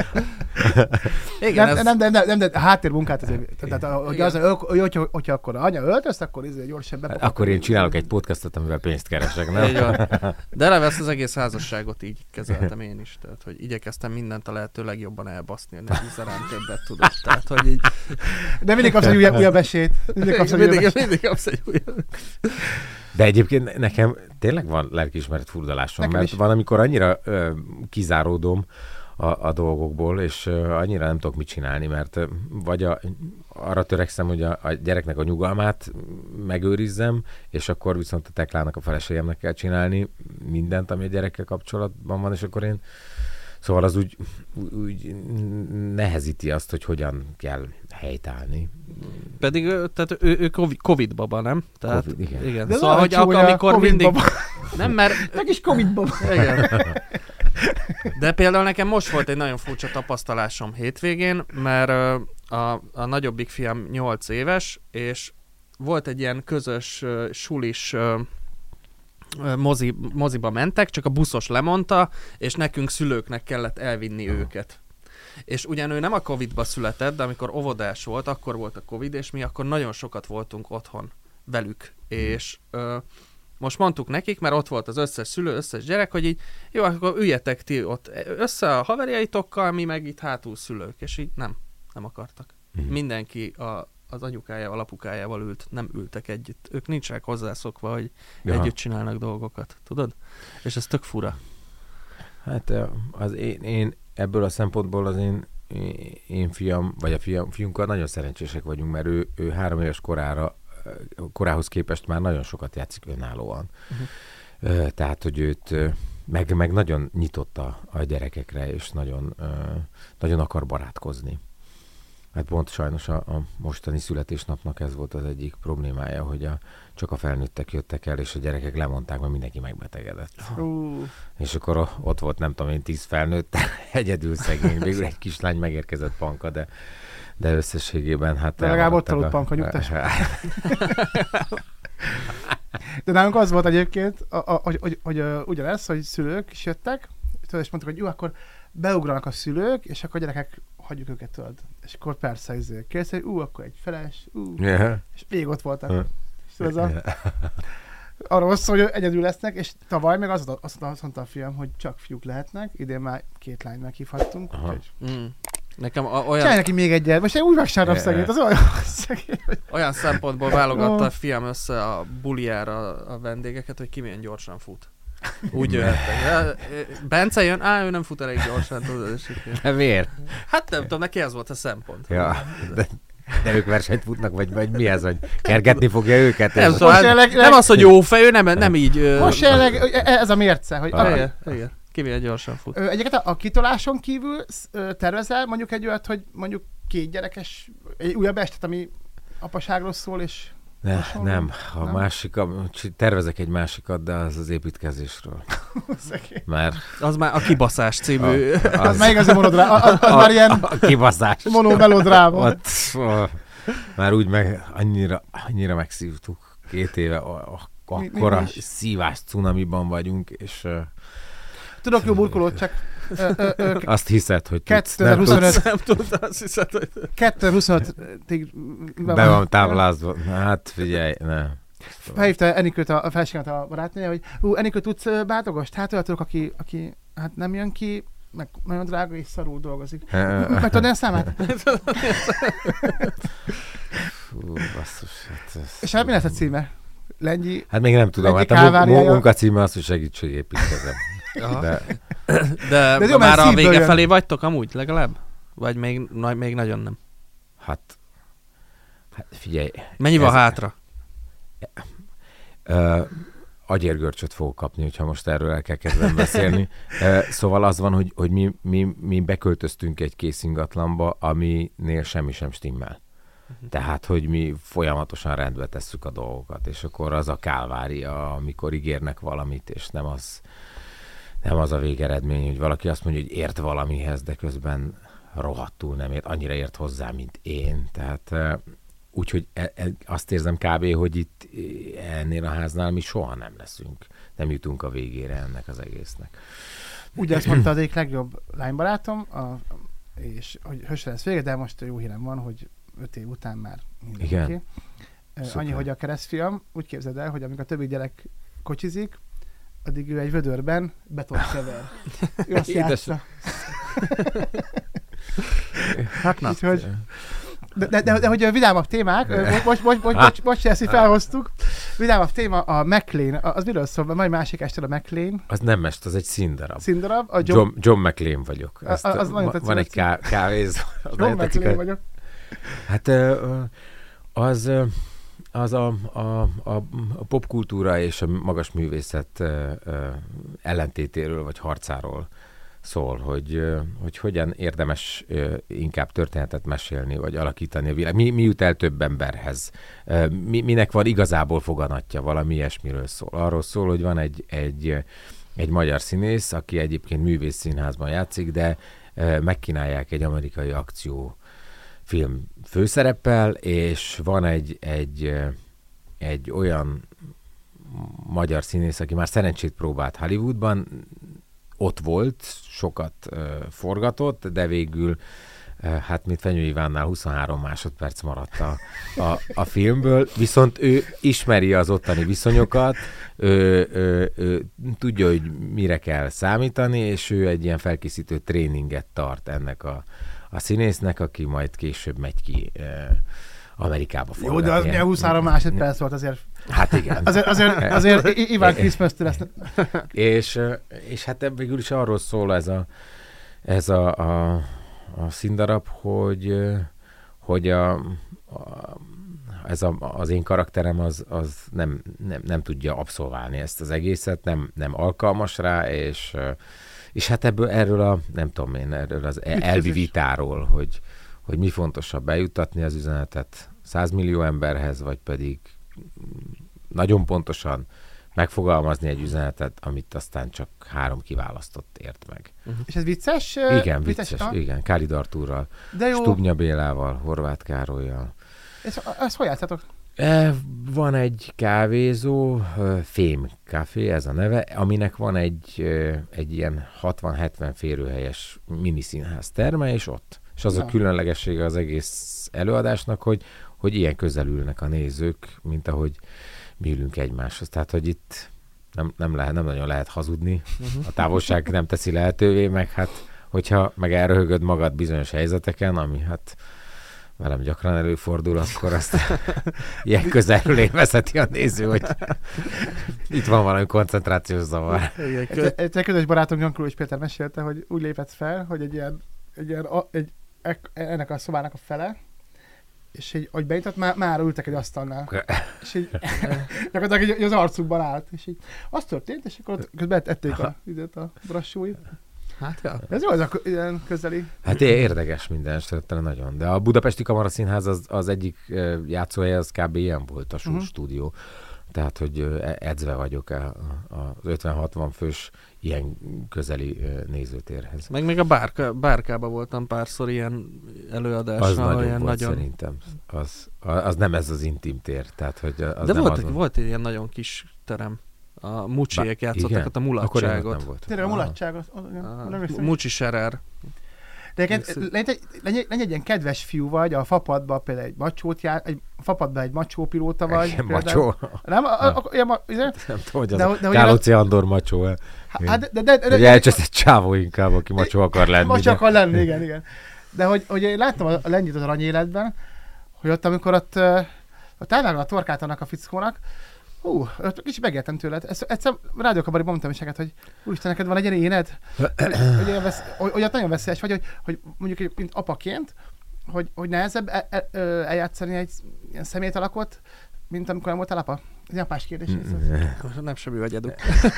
Igen, Nem, de háttérmunkát azért. Tehát, hogyha akkor anya öltözt, akkor gyorsan bepakol. Akkor én csinálok egy podcastot, amivel pénzt keresek, nem? Így van. De eleve ezt az egész házasságot így kezeltem én is. Tehát, hogy igyekeztem mindent a lehető legjobban elbaszni, hogy ne húzza rám többet, tudod. Tehát, hogy így... De mindig kapsz egy újabb esélyt. Mindig kapsz egy újabb. De egyébként nekem tényleg van lelkiismeret furdalásom, Nekem mert is. van, amikor annyira kizáródom a dolgokból, és annyira nem tudok mit csinálni, mert vagy arra törekszem, hogy a gyereknek a nyugalmát megőrizzem, és akkor viszont a Teklának, a feleségemnek kell csinálni mindent, ami a gyerekkel kapcsolatban van, és akkor én... Szóval az úgy nehezíti azt, hogy hogyan kell helytállni. Pedig tehát ő Covid baba, nem? Tehát, Covid, igen. igen. De szóval, hogy amikor COVID mindig... baba. Nem, mert... Meg is Covid baba. Igen. De például nekem most volt egy nagyon furcsa tapasztalásom hétvégén, mert a nagyobbik fiam 8 éves, és volt egy ilyen közös sulis moziba mentek, csak a buszos lemondta, és nekünk szülőknek kellett elvinni őket. És ugyan ő nem a Covid-ba született, de amikor óvodás volt, akkor volt a Covid, és mi akkor nagyon sokat voltunk otthon velük. És most mondtuk nekik, mert ott volt az összes szülő, összes gyerek, hogy így, jó, akkor üljetek ti ott össze a haverjaitokkal, mi meg itt hátul szülők, és így nem akartak. Mindenki az anyukájával, apukájával ült, nem ültek együtt. Ők nincsenek hozzászokva, hogy együtt csinálnak dolgokat, tudod? És ez tök fura. Hát az én ebből a szempontból az én fiam, vagy a fiunkkal nagyon szerencsések vagyunk, mert ő 3 éves korához képest már nagyon sokat játszik önállóan. Tehát, hogy őt meg nagyon nyitott a gyerekekre, és nagyon akar barátkozni. Hát pont sajnos a mostani születésnapnak ez volt az egyik problémája, hogy csak a felnőttek jöttek el, és a gyerekek lemondták, mert mindenki megbetegedett. És akkor ott volt, nem tudom én, 10 felnőtt, egyedül szegény, végül egy kislány megérkezett Panka, de összességében hát... De legalább ott aludt Panka, nyugtass. De nálunk az volt egyébként, hogy ugyanez, hogy szülők is jöttek, és mondtuk, hogy jó, akkor beugranak a szülők, és akkor a gyerekek hagyjuk őket, tudod. És akkor persze kérsz, hogy akkor egy feles, és végig ott voltak. És arról szól, hogy egyedül lesznek, és tavaly meg azt mondta a fiam, hogy csak fiúk lehetnek, idén már 2 lányt meghívhattunk. Nekem Csinálj neki még egyet, most én úgy megsárabb szegényt, az olyan szegény. Olyan szempontból válogatta a fiam össze a buliára a vendégeket, hogy ki milyen gyorsan fut. Úgy jöhettek. Bence jön, ő nem fut elég gyorsan, tudod. De miért? Hát nem tudom, neki ez volt a szempont. Ja, de ők versenyt futnak, vagy mi ez, hogy kergetni fogja őket? Nem, szóval nem az, hogy jó fej, nem így... Most jelenleg ez a mérce, hogy... Igen. Ki milyen gyorsan fut. Egyébként a kitoláson kívül tervezel mondjuk egy olyat, hogy mondjuk 2 gyerekes, egy újabb estet, ami apaságról szól, és... Nem. Tervezek egy másikat, de az építkezésről. Mert... Az már a Kibaszás című... Az már igazi monodráma, az már ilyen... A kibaszás. Monomelodráma. Már úgy annyira megszívtuk 2 éve, akkora szívás cunamiban vagyunk, és... Tudok jó burkolót, csak... Azt hiszed, hogy 2025... Nem tudta, azt hiszed, hogy... 2025-ig... Be van táblázva. Hát figyelj, ne. Felhívta Enikőt a feleségemet a barátnője, hogy Enikő, tudsz bátogost? Hát olyan tudok, aki hát nem jön ki, meg nagyon drága és szarul dolgozik. Meg tudod a számát? Fú, basszus. És hát mi lesz a címe? Lengyi... Hát még nem tudom, hát a munkacíme az, hogy segítségépítkezem. De már a vége felé vagytok amúgy legalább? Vagy még nagyon nem? Hát figyelj. Mennyi van hátra? Agyérgörcsöt fogok kapni, hogyha most erről el kell kezdeni beszélni. Szóval az van, hogy mi beköltöztünk egy kész ingatlanba, aminél semmi sem stimmel. Tehát, hogy mi folyamatosan rendbe tesszük a dolgokat, és akkor az a kálvária, amikor ígérnek valamit, és nem az a végeredmény, hogy valaki azt mondja, hogy ért valamihez, de közben rohadtul nem ért, annyira ért hozzá, mint én. Tehát úgyhogy azt érzem kb., hogy itt ennél a háznál mi soha nem leszünk. Nem jutunk a végére ennek az egésznek. Ugye azt mondta az egyik legjobb lánybarátom, és hogy hösse lesz vége, de most jó hírem van, hogy 5 év után már mindenki. Igen. Annyi, hogy a keresztfiam, úgy képzeld el, hogy amikor a többi gyerek kocsizik, addig ő egy vödörben betont kever. Ő azt játsza. Hát na. Úgyhogy, de hogy a vidámabb témák, most ezt így felhoztuk, vidámabb téma a McLean, az miről szól? Majd másik este a McLean. Az nem est, az egy színdarab. Színdarab? A John McLean vagyok. Az nagyon tetszett. Van egy kávéz. John McLean vagyok. Hát az a popkultúra és a magas művészet ellentétéről vagy harcáról szól, hogy hogyan érdemes inkább történetet mesélni, vagy alakítani a világ. Mi jut el több emberhez? Minek van igazából foganatja? Valami ilyesmiről szól. Arról szól, hogy van egy magyar színész, aki egyébként művészszínházban játszik, de megkínálják egy amerikai akciófilm főszereppel, és van egy olyan magyar színész, aki már szerencsét próbált Hollywoodban, ott volt, sokat forgatott, de végül, hát mint Fenyő Ivánnál 23 másodperc maradt a filmből, viszont ő ismeri az ottani viszonyokat, ő tudja, hogy mire kell számítani, és ő egy ilyen felkészítő tréninget tart ennek a színésznek, aki majd később megy ki Amerikába forgatni. Jó, de az 23 másodperc volt azért. Hát igen. Azért Iván Christmas-től ezt. És hát végül is arról szól ez a színdarab, hogy az én karakterem az nem tudja abszolválni ezt az egészet, nem alkalmas rá, és hát erről erről az elvi vitáról, hogy mi fontosabb eljuttatni az üzenetet 100 millió emberhez, vagy pedig nagyon pontosan megfogalmazni egy üzenetet, amit aztán csak 3 kiválasztott ért meg. És ez vicces? Igen, vicces, igen. Kálid Artúrral, Stubnya Bélával, Horváth Károllyal. Ezt hogy játszatok? Van egy kávézó, Fém Café, ez a neve, aminek van egy ilyen 60-70 férőhelyes miniszínház terme, és ott. És az a különlegessége az egész előadásnak, hogy ilyen közel ülnek a nézők, mint ahogy mi ülünk egymáshoz. Tehát, hogy itt nem nagyon lehet hazudni. A távolság nem teszi lehetővé, meg hát, hogyha meg elröhögöd magad bizonyos helyzeteken, ami hát velem gyakran előfordul, akkor azt ilyen közelről élvezheti a néző, hogy itt van valami koncentrációs zavar. Egy közös barátom Jankuló Péter mesélte, hogy úgy lépett fel, hogy ennek a szobának a fele, és így, hogy bejutott, már ültek egy asztalnál. És így gyakorlatilag így az arcukban állt. És így az történt, és akkor közben ették a brassóit. Hát ja. Ez jó, ez a ilyen közeli. Hát érdekes minden esetre nagyon. De a Budapesti Kamaraszínház az egyik játszóhely, az kb. Ilyen volt a stúdió. Tehát, hogy edzve vagyok az 50-60 fős ilyen közeli nézőtérhez. Meg még a bárkában voltam párszor ilyen előadással. Az nagyon ilyen volt szerintem. Az nem ez az intim tér. Tehát, hogy az de nem volt egy ilyen nagyon kis terem. A Mucsiék játszottak ott a mulatságot. Tényleg a mulatság. Mucsi Serer. De lenj egy ilyen kedves fiú vagy, a fapadban például egy macsó pilóta vagy. Egy macsó? Nem? Nem tudom, hogy Kálóci Andor macsó. De elcsesz egy csávó inkább, aki macsó akar lenni. Macsó akar lenni, igen. De hogy én láttam a lengyit az Aranyéletben, hogy ott, amikor ott elvágna a torkát annak a fickónak, kicsit megértem tőled. Egyszer rádiókabariban mondtam is neked, hogy úristen, neked van egy ilyen éned, hogy nagyon veszélyes vagy, hogy mondjuk mint apaként, hogy nehezebb eljátszani egy ilyen személyt alakot, mint amikor nem voltál apa? Ez egy apás kérdés. Nem semmi vagy, Edu.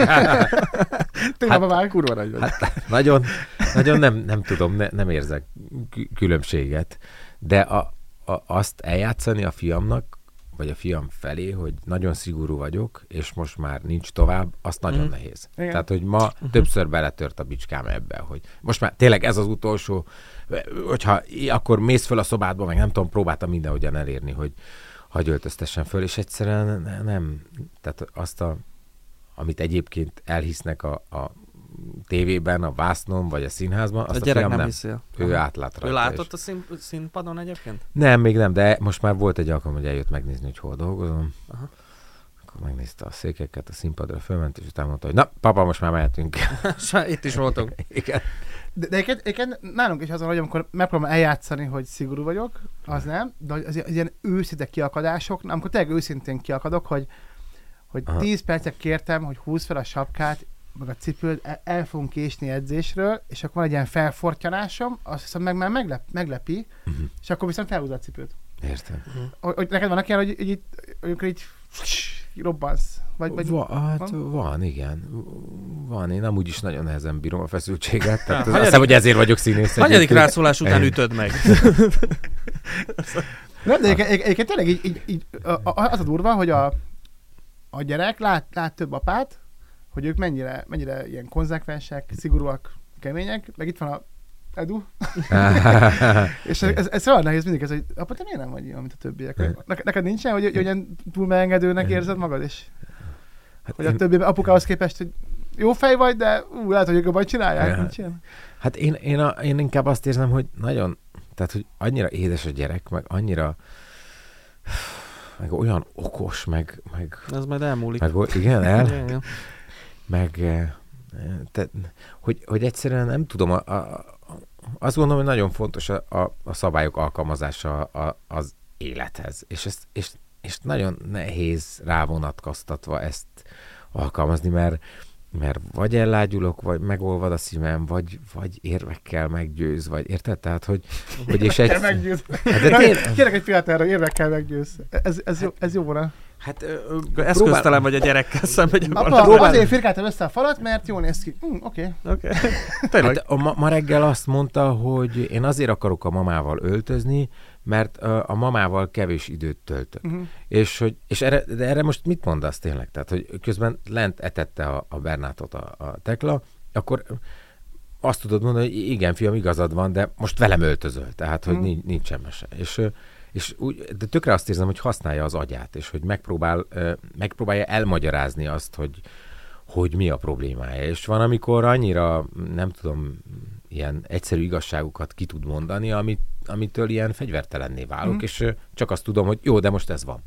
Kurva nagy vagy. Hát, nagyon nem tudom, nem érzek különbséget, de azt eljátszani a fiamnak, vagy a fiam felé, hogy nagyon szigorú vagyok, és most már nincs tovább, azt nagyon nehéz. Igen. Tehát, hogy ma többször beletört a bicskám ebbe, hogy most már tényleg ez az utolsó, hogyha akkor mész föl a szobádba, meg nem tudom, próbáltam mindenhogyan elérni, hogy hagy öltöztessen föl, és egyszerűen nem, tehát amit egyébként elhisznek a tévében, a vásznon, vagy a színházban, azt a gyerek fiam nem hiszi. Ő átlát rajta. Ő látott a színpadon egyébként? Nem, még nem, de most már volt egy alkalom, hogy eljött megnézni, hogy hol dolgozom. Aha. Akkor megnézte a székeket, a színpadra fölment, és utána mondta, hogy na, papa, most már mehetünk. Itt is voltunk. Igen. De egyébként nálunk is azon, hogy amikor megpróbálom eljátszani, hogy szigorú vagyok, az nem, de az ilyen őszinte kiakadások, amikor tényleg őszintén kiakadok, hogy 10 percet kértem, hogy húzd fel a sapkát, meg a cipőt, el fogunk késni edzésről, és akkor van egy ilyen felfortyanásom, azt hiszem meg már meglepi, és akkor viszont felhúzza a cipőt. Értem. Hogy neked vannak ilyen, hogy így robbansz? Van, igen. Van, én amúgy is nagyon nehezen bírom a feszültséget, tehát azt hiszem, hogy ezért vagyok színész. Hanyadik rászólás után ütöd meg? Nem, de egyébként tényleg így az a durva, hogy a gyerek lát több apát, hogy ők mennyire ilyen konzekvensek, szigorúak, kemények, meg itt van a Edu. És ez olyan nehéz mindig, hogy apa, te miért nem vagy ilyen, mint a többiek? Neked nincsen, hogy ilyen túl megengedőnek érzed magad, és hogy a többi apukához képest, hogy jó fej vagy, de lehet, hogy ők jobban csinálják, nincs ilyen? Hát én inkább azt érzem, hogy nagyon, tehát hogy annyira édes a gyerek, meg annyira meg olyan okos, meg ez majd elmúlik. Igen. Meg hogy egyszerűen nem tudom, azt gondolom, hogy nagyon fontos a szabályok alkalmazása az élethez, és nagyon nehéz rávonatkoztatva ezt alkalmazni, mert vagy ellágyulok, vagy megolvad a szívem, vagy érvekkel meggyőz, vagy érted? Tehát, hogy és egy... Kérek egy pillanat erre, érvekkel meggyőz. Ez jó volna. Hát eszköztelen vagy a gyerekkel szemben. Apa, azért firkáltam össze a falat, mert jól néz ki. Oké. Tényleg. Hát ma reggel azt mondta, hogy én azért akarok a mamával öltözni, mert a mamával kevés időt töltök. És erre most mit mondasz tényleg? Tehát, hogy közben lent etette a Bernátot a Tekla, akkor azt tudod mondani, hogy igen, fiam, igazad van, de most velem öltözöl, tehát, hogy nincsen mese. És de tökre azt érzem, hogy használja az agyát, és hogy megpróbálja elmagyarázni azt, hogy mi a problémája. És van, amikor annyira, nem tudom, ilyen egyszerű igazságokat ki tud mondani, amitől ilyen fegyvertelenné válok, és csak azt tudom, hogy jó, de most ez van.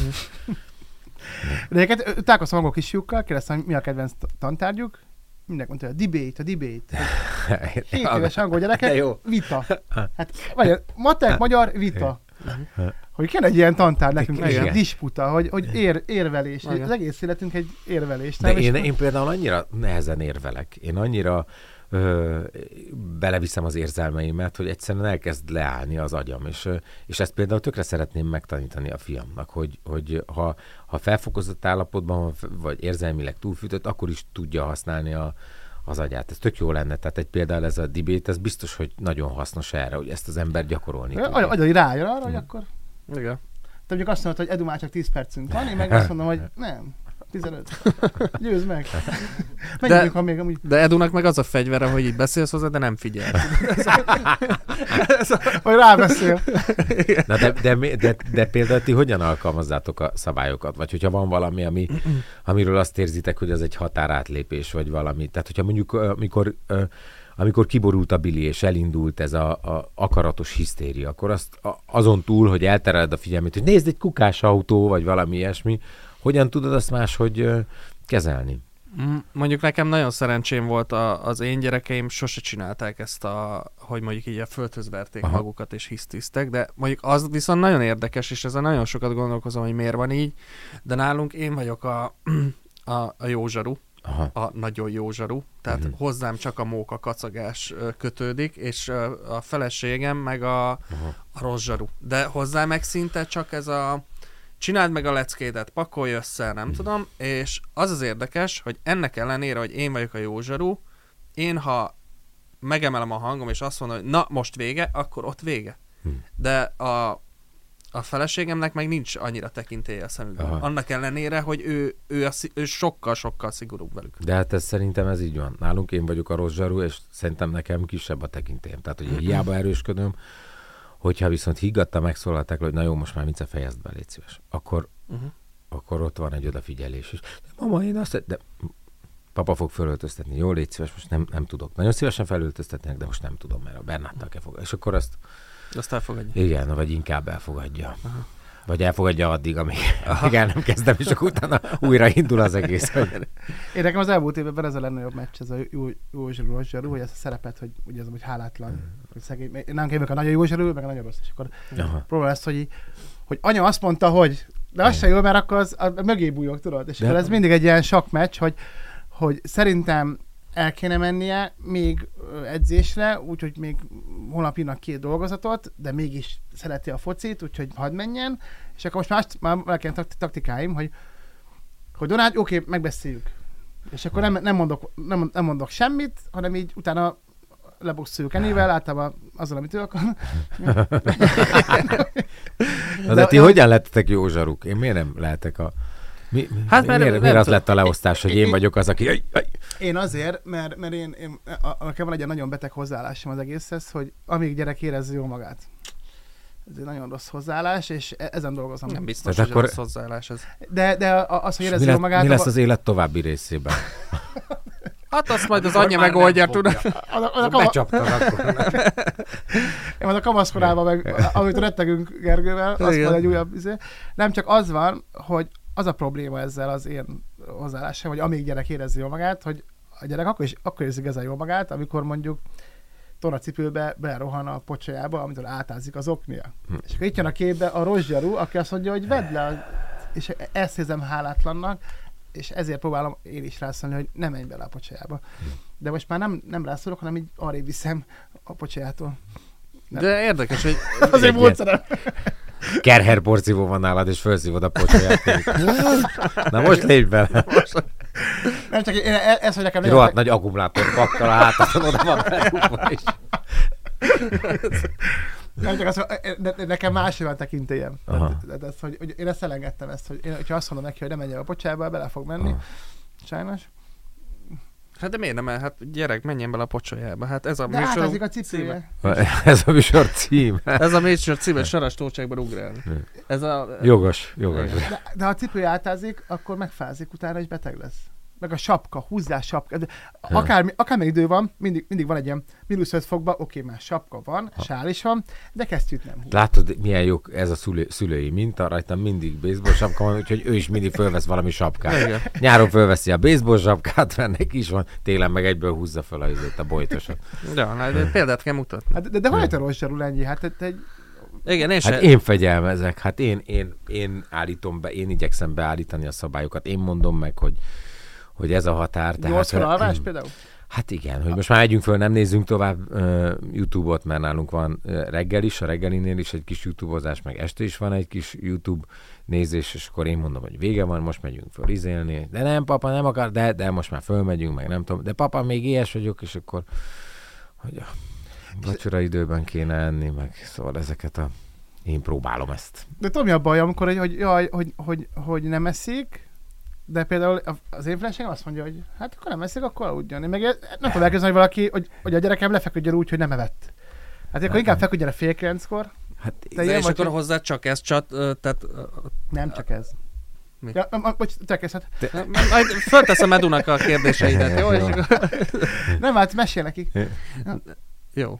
De egyébként találkoztam maguk kisfiúkkal, kérdeztem, mi a kedvenc tantárgyuk, mindenki mondta, a debate. 7 éves angol gyerekek, vita. Hát, vagy matek, magyar, vita. Hogy kell egy ilyen tantár nekünk, egy disputa, hogy érvelés. Az egész életünk egy érvelés. De én például annyira nehezen érvelek. Én annyira beleviszem az érzelmeimet, hogy egyszerűen elkezd leállni az agyam. És ezt például tökre szeretném megtanítani a fiamnak, hogy ha felfokozott állapotban, vagy érzelmileg túlfűtött, akkor is tudja használni az agyát. Ez tök jó lenne. Tehát például ez a debate, ez biztos, hogy nagyon hasznos erre, hogy ezt az ember gyakorolni tudja. Agyai rájön arra, hogy akkor... Igen. Te mondjuk azt mondod, hogy Edu, már csak 10 percünk van, én meg azt mondom, hogy nem, 15. Győzd meg. De Edunak meg az a fegyvere, hogy így beszélsz hozzá, de nem figyel. Hogy rábeszél. Na de például ti hogyan alkalmazzátok a szabályokat? Vagy hogyha van valami, amiről azt érzitek, hogy az egy határátlépés, vagy valami. Tehát, hogyha mondjuk amikor kiborult a Billy, és elindult ez a akaratos hisztéria, akkor azon túl, hogy eltereled a figyelmét, hogy nézd, egy kukás autó, vagy valami ilyesmi, hogyan tudod azt máshogy kezelni? Mondjuk nekem nagyon szerencsém volt, az én gyerekeim sose csinálták ezt hogy mondjuk így a földhöz verték magukat és hisztiztek, de mondjuk az viszont nagyon érdekes, és ezzel nagyon sokat gondolkozom, hogy miért van így, de nálunk én vagyok a jó zsaru. Aha. A nagyon jó zsaru, tehát hozzám csak a móka kacagás kötődik, és a feleségem meg a rossz zsaru. De hozzá meg szinte csak ez csináld meg a leckédet, pakolj össze, nem tudom, és az érdekes, hogy ennek ellenére, hogy én vagyok a jó zsaru, én ha megemelem a hangom, és azt mondom, hogy na, most vége, akkor ott vége. De A feleségemnek meg nincs annyira tekintélye a szemükben. Aha. Annak ellenére, hogy ő sokkal-sokkal szigorúbb velük. De hát szerintem ez így van. Nálunk én vagyok a rossz zsaru, és szerintem nekem kisebb a tekintélyem. Tehát, hogy én hiába erősködöm, hogyha viszont higgadtan megszólalták, hogy na jó, most már Mince fejezd be, légy szíves. Akkor ott van egy odafigyelés is. De mama, én azt... De papa fog felöltöztetni. Jó, légy szíves, most nem tudok. Nagyon szívesen felöltöztetnek, de most nem tudom, mert a Bernáttal kell fogadni. És akkor azt elfogadja. Igen, vagy inkább elfogadja. Aha. Vagy elfogadja addig, amíg el nem kezdem, és akkor utána újra indul az egész. Én nekem az elmúlt évben ez a legnagyobb meccs, ez a jó zsarú, hogy ezt a szerepet, hogy ugye ez amúgy hálátlan, hogy szegény. Nem kérjük a nagyon jó zsarú, meg a nagyon rossz, és akkor próbál ezt, hogy anya azt mondta, hogy de az se jó, mert akkor az mögé bújok, tudod? És akkor ez mindig egy ilyen sok meccs, hogy szerintem el kéne mennie még edzésre, úgyhogy még holnap írnak 2 dolgozatot, de mégis szereti a focit, úgyhogy hadd menjen. És akkor most már valaki taktikáim, hogy Donát, oké, megbeszéljük. És akkor nem mondok semmit, hanem így utána lebosszoljuk Enivel, általában azzal, amit ő akar. de ti hogyan lettetek jó zsaruk? Én miért nem lehetek a... Miért az lett a leosztás, hogy én vagyok az, aki... Én azért, mert nekem van egy nagyon beteg hozzáállásom az egészhez, hogy amíg gyerek érezze jól magát. Ez egy nagyon rossz hozzáállás, és ezen dolgozom. Nem biztos, hogy rossz hozzáállás ez. De az, hogy érezze jól magát... Mi lesz az élet további részében? Hát azt majd az anyja megoldja, tudod. Becsaptad akkor. Én a kamaszkorában meg, amit rettegünk Gergővel, azt majd egy újabb Nem csak az van, hogy az a probléma ezzel az én hozzáállásom, hogy amíg gyerek érezi jól magát, hogy a gyerek akkor érzi igazán jól magát, amikor mondjuk tornacipőbe berohan a pocsajába, amitől átázik az oknia. És akkor itt jön a képbe a rossz zsaru, aki azt mondja, hogy vedd le, és ezt érzem hálátlannak, és ezért próbálom én is rászólni, hogy ne menj bele a pocsajába. De most már nem rászólok, hanem így arrébb viszem a pocsajától. Nem. De érdekes, hogy... Azért módszerem. Kerher porcívó van nálad, és felszívod a pocsaját. Na most lépj bele. Nem csak ez, hogy nekem... Rohadt nagy akkumulátor pakkal a hátadon, oda van belúgva is. Nem csak az, hogy nekem másfél van tekintélyem. Hogy én ezt elengedtem ezt, hogy hogyha azt mondom neki, hogy nem menjen a pocsába, bele fog menni. Sajnos. Hát de miért nem el? Hát gyerek, menjen bele a pocsolyába. Hát ez a de műsor... átázik a cipője. Ez a műsor cím. Ez a műsor címe, Saras Tócsákban ugrálni. Ez a... Jogos. De ha a cipője átázik, akkor megfázik, utána is beteg lesz. Meg a sapka, húzzál sapka. Akármilyen idő van, mindig van egy ilyen -5 fokban, oké, már sapka van, sál is van, de kesztyűt nem húz. Látod, milyen jó ez a szülői minta, rajtam mindig baseball sapka van, úgyhogy ő is mindig fölvesz valami sapkát. Igen. Nyáron fölveszi a baseball sapkát, mert neki is van, télen meg egyből húzza fel a bojtosat. Ja, de példát kell mutatni. Hát, de hogy a rossz zsarul ennyi? Hát igen, én fegyelmezek, hát én állítom be, én igyekszem beállítani a szabályokat, én mondom meg, hogy ez a határ. 8 alvás például? Hát igen, hogy most már megyünk föl, nem nézzünk tovább YouTube-ot, mert nálunk van reggel is, a reggelinél is egy kis YouTube-ozás, meg este is van egy kis YouTube nézés, és akkor én mondom, hogy vége van, most megyünk föl izélni. De nem, papa, nem akar, de most már fölmegyünk, meg nem tudom. De papa, még ilyes vagyok, és akkor hogy a vacsora időben kéne enni, meg szóval ezeket én próbálom ezt. De tudom, mi a baj, amikor hogy nem eszik, de például az én feleségem azt mondja, hogy hát akkor nem eszik, akkor aludjon. Én meg nem tudom elképzelni, hogy valaki, hogy a gyerekem lefeküdjön úgy, hogy nem evett. Hát akkor inkább feküdjön a 8:30-kor. Hát, de és akkor hozzá csak ez tehát... Nem csak ez. Mi? Ja, te kezdhet. Fölteszem Edunak a kérdéseidet, jó? Nem, hát mesél nekik. Jó.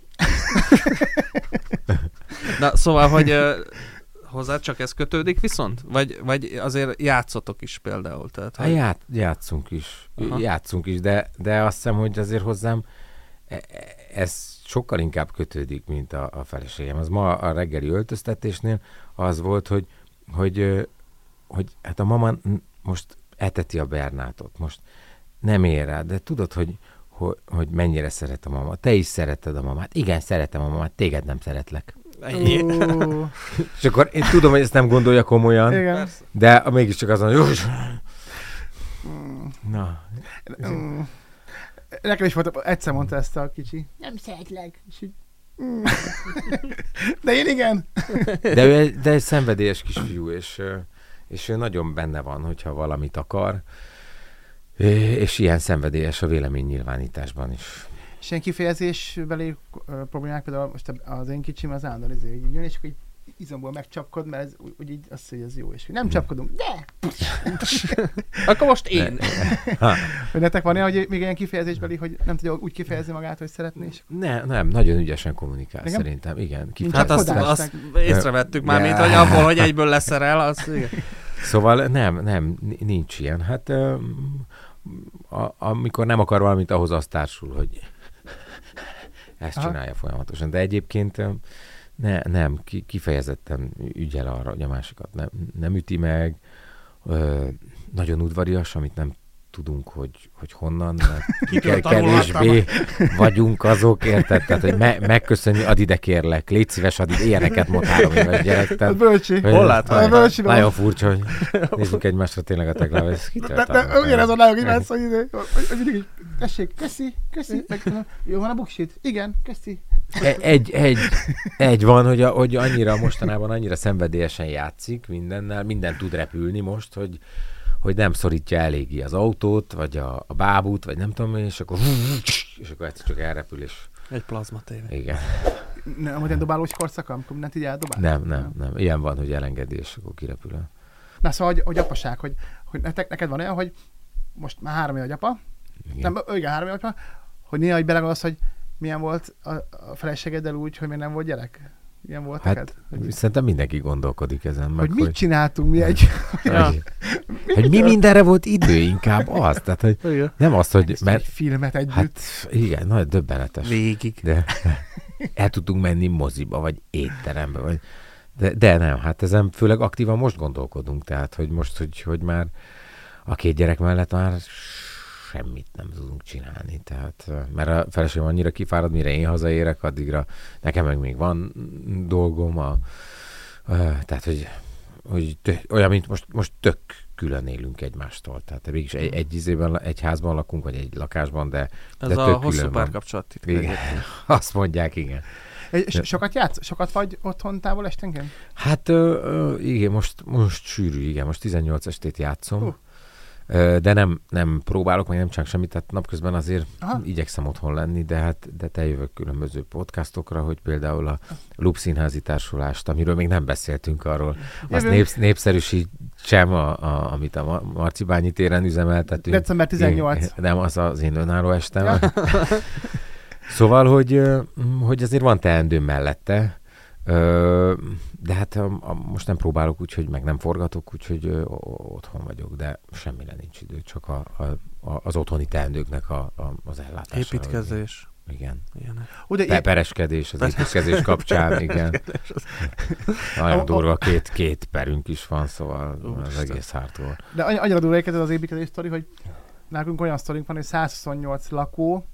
Na, szóval, hogy... Hozzá csak ez kötődik viszont? Vagy azért játszotok is például? Tehát, hogy... Játszunk is, de azt hiszem, hogy azért hozzám ez sokkal inkább kötődik, mint a feleségem. Az ma a reggeli öltöztetésnél az volt, hogy hát a mama most eteti a Bernátot, most nem ér rá, de tudod, hogy mennyire szeret a mama. Te is szereted a mamát. Igen, szeretem a mamát, téged nem szeretlek. És akkor én tudom, hogy ezt nem gondolja komolyan, igen. De mégiscsak azon, hogy na. Nekem is volt, egyszer mondta ezt a kicsi. Nem szeretlek. De én igen. De egy szenvedélyes kisfiú, és ő nagyon benne van, hogyha valamit akar, és ilyen szenvedélyes a véleménynyilvánításban is. És ilyen kifejezésbeli problémák, például most az én kicsim az állandóan így jön, és akkor így izomból megcsapkod, mert ez úgy így azt mondja, hogy ez jó, és nem csapkodunk, de! Akkor most én. Hogy nektek van olyan, hogy még ilyen kifejezésbeli, hogy nem tudja úgy kifejezni magát, hogy szeretné? És... Nem, nagyon ügyesen kommunikál Igen? szerintem, igen. Hát azt észrevettük már, mint hogy abból, hogy egyből leszerel, az igen. Szóval nem, nincs ilyen. Hát amikor nem akar valamit, ahhoz azt társul, hogy ezt csinálja folyamatosan. De egyébként nem, kifejezetten ügyel arra, hogy a másikat nem üti meg. Nagyon udvarias, amit nem tudunk, hogy honnan, mert kevésbé vagyunk azok, érted? Tehát, hogy megköszönni, add ide kérlek, légy szíves, add ide, ilyeneket mond 3 éves gyerek. A bölcsi. Hol látva? Nagyon furcsa, hogy nézzük egymásra tényleg a teklával, ez De ugyanez a lányok, hogy hogy mindig így, tessék, köszi, jó van a buksit? Igen, köszi. Egy van, hogy annyira mostanában annyira szenvedélyesen játszik mindennel, minden tud repülni most, hogy nem szorítja eléggé az autót, vagy a bábút, vagy nem tudom én, és akkor egyszer csak elrepül, és... Egy plazma tévé. Igen. Nem, hogy egy dobálós korszaka, amikor mindent így eldobál? Nem. Ilyen van, hogy elengedi, és akkor kirepül. Na szóval, hogy apaság, hogy neked van olyan, hogy most már 3 év apa, Igen. Nem, igen, 3 év apa, hogy néha, hogy belegondolsz, hogy milyen volt a feleségeddel úgy, hogy még nem volt gyerek? Milyen volt neked? Szerintem mindenki gondolkodik ezen. Hogy mit csináltunk mi egy... Hogy mi mindenre volt idő, inkább az. Tehát, hogy nem az, hogy... Mert egy filmet együtt. Hát igen, nagy döbbenetes. Végig. De el tudtunk menni moziba, vagy étterembe, vagy... De nem, hát ezen főleg aktívan most gondolkodunk. Tehát, hogy most, hogy már a 2 gyerek mellett már semmit nem tudunk csinálni. Tehát, mert a feleségem annyira kifárad, mire én hazaérek, addigra nekem meg még van dolgom. Tehát, hogy olyan, mint most tök külön élünk egymástól. Tehát végig egy házban lakunk, vagy egy lakásban, de ez de a tök hosszú külön párkapcsolat titka. Igen. Azt mondják, igen. Sokat játsz? Sokat vagy otthon távol esténként? Hát igen, most sűrű, igen. Most 18 estét játszom. De nem próbálok, meg nem csinálok semmit, tehát napközben azért igyekszem otthon lenni, de eljövök különböző podcastokra, hogy például a Lup Színházi Társulást, amiről még nem beszéltünk arról, azt népszerűsítsem, amit a Marcibányi téren üzemeltetünk. December 18. Nem, az én önálló estem. Szóval, hogy azért van teendőm mellette, de hát most nem próbálok, úgyhogy meg nem forgatok, úgyhogy otthon vagyok, de semmire nincs idő, csak az otthoni teendőknek az ellátása. Építkezés. Igen. Pereskedés. Az építkezés kapcsán, igen. Nagyon durva, két perünk is van, szóval az egész hardcore. De annyira durva ez az építkezés sztori, hogy nekünk olyan sztorink van, hogy 128 lakó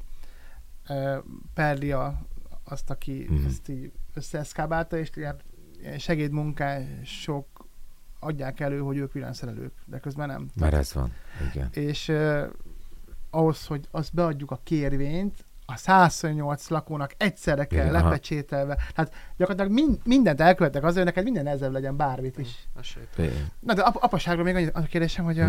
perli azt, aki ezt így összeeszkábálta, és ilyen segédmunkások adják elő, hogy ők villanyszerelők, de közben nem. Már ez van, igen. És ahhoz, hogy azt beadjuk a kérvényt, a 128 lakónak egyszerre kell lepecsételve. Hát gyakorlatilag mindent elkövettek azért, hogy neked minden ezzel legyen bármit is. Na de apaságról még a kérdésem, hogy,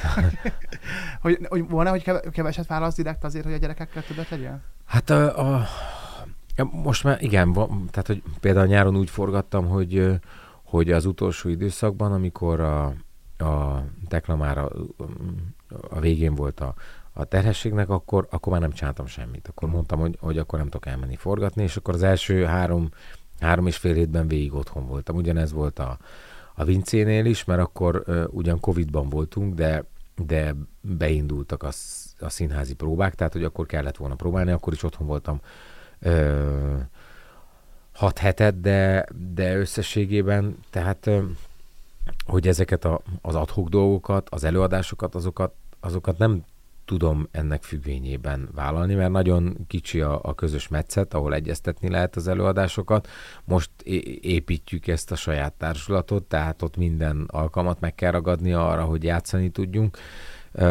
hogy van-e, hogy keveset válasz direkt azért, hogy a gyerekekkel többet legyen? Hát most már igen, tehát hogy például nyáron úgy forgattam, hogy az utolsó időszakban, amikor a Tekla már a végén volt a terhességnek, akkor már nem csináltam semmit. Akkor mondtam, hogy akkor nem tudok elmenni forgatni, és akkor az első 3,5 hétben végig otthon voltam. Ugyanez volt a Vincénél is, mert akkor ugyan Covid-ban voltunk, de beindultak a színházi próbák, tehát hogy akkor kellett volna próbálni, akkor is otthon voltam 6 hetet, de összességében, tehát hogy ezeket az ad hoc dolgokat, az előadásokat, azokat nem tudom ennek függvényében vállalni, mert nagyon kicsi a közös metszet, ahol egyeztetni lehet az előadásokat. Most építjük ezt a saját társulatot, tehát ott minden alkalmat meg kell ragadni arra, hogy játszani tudjunk.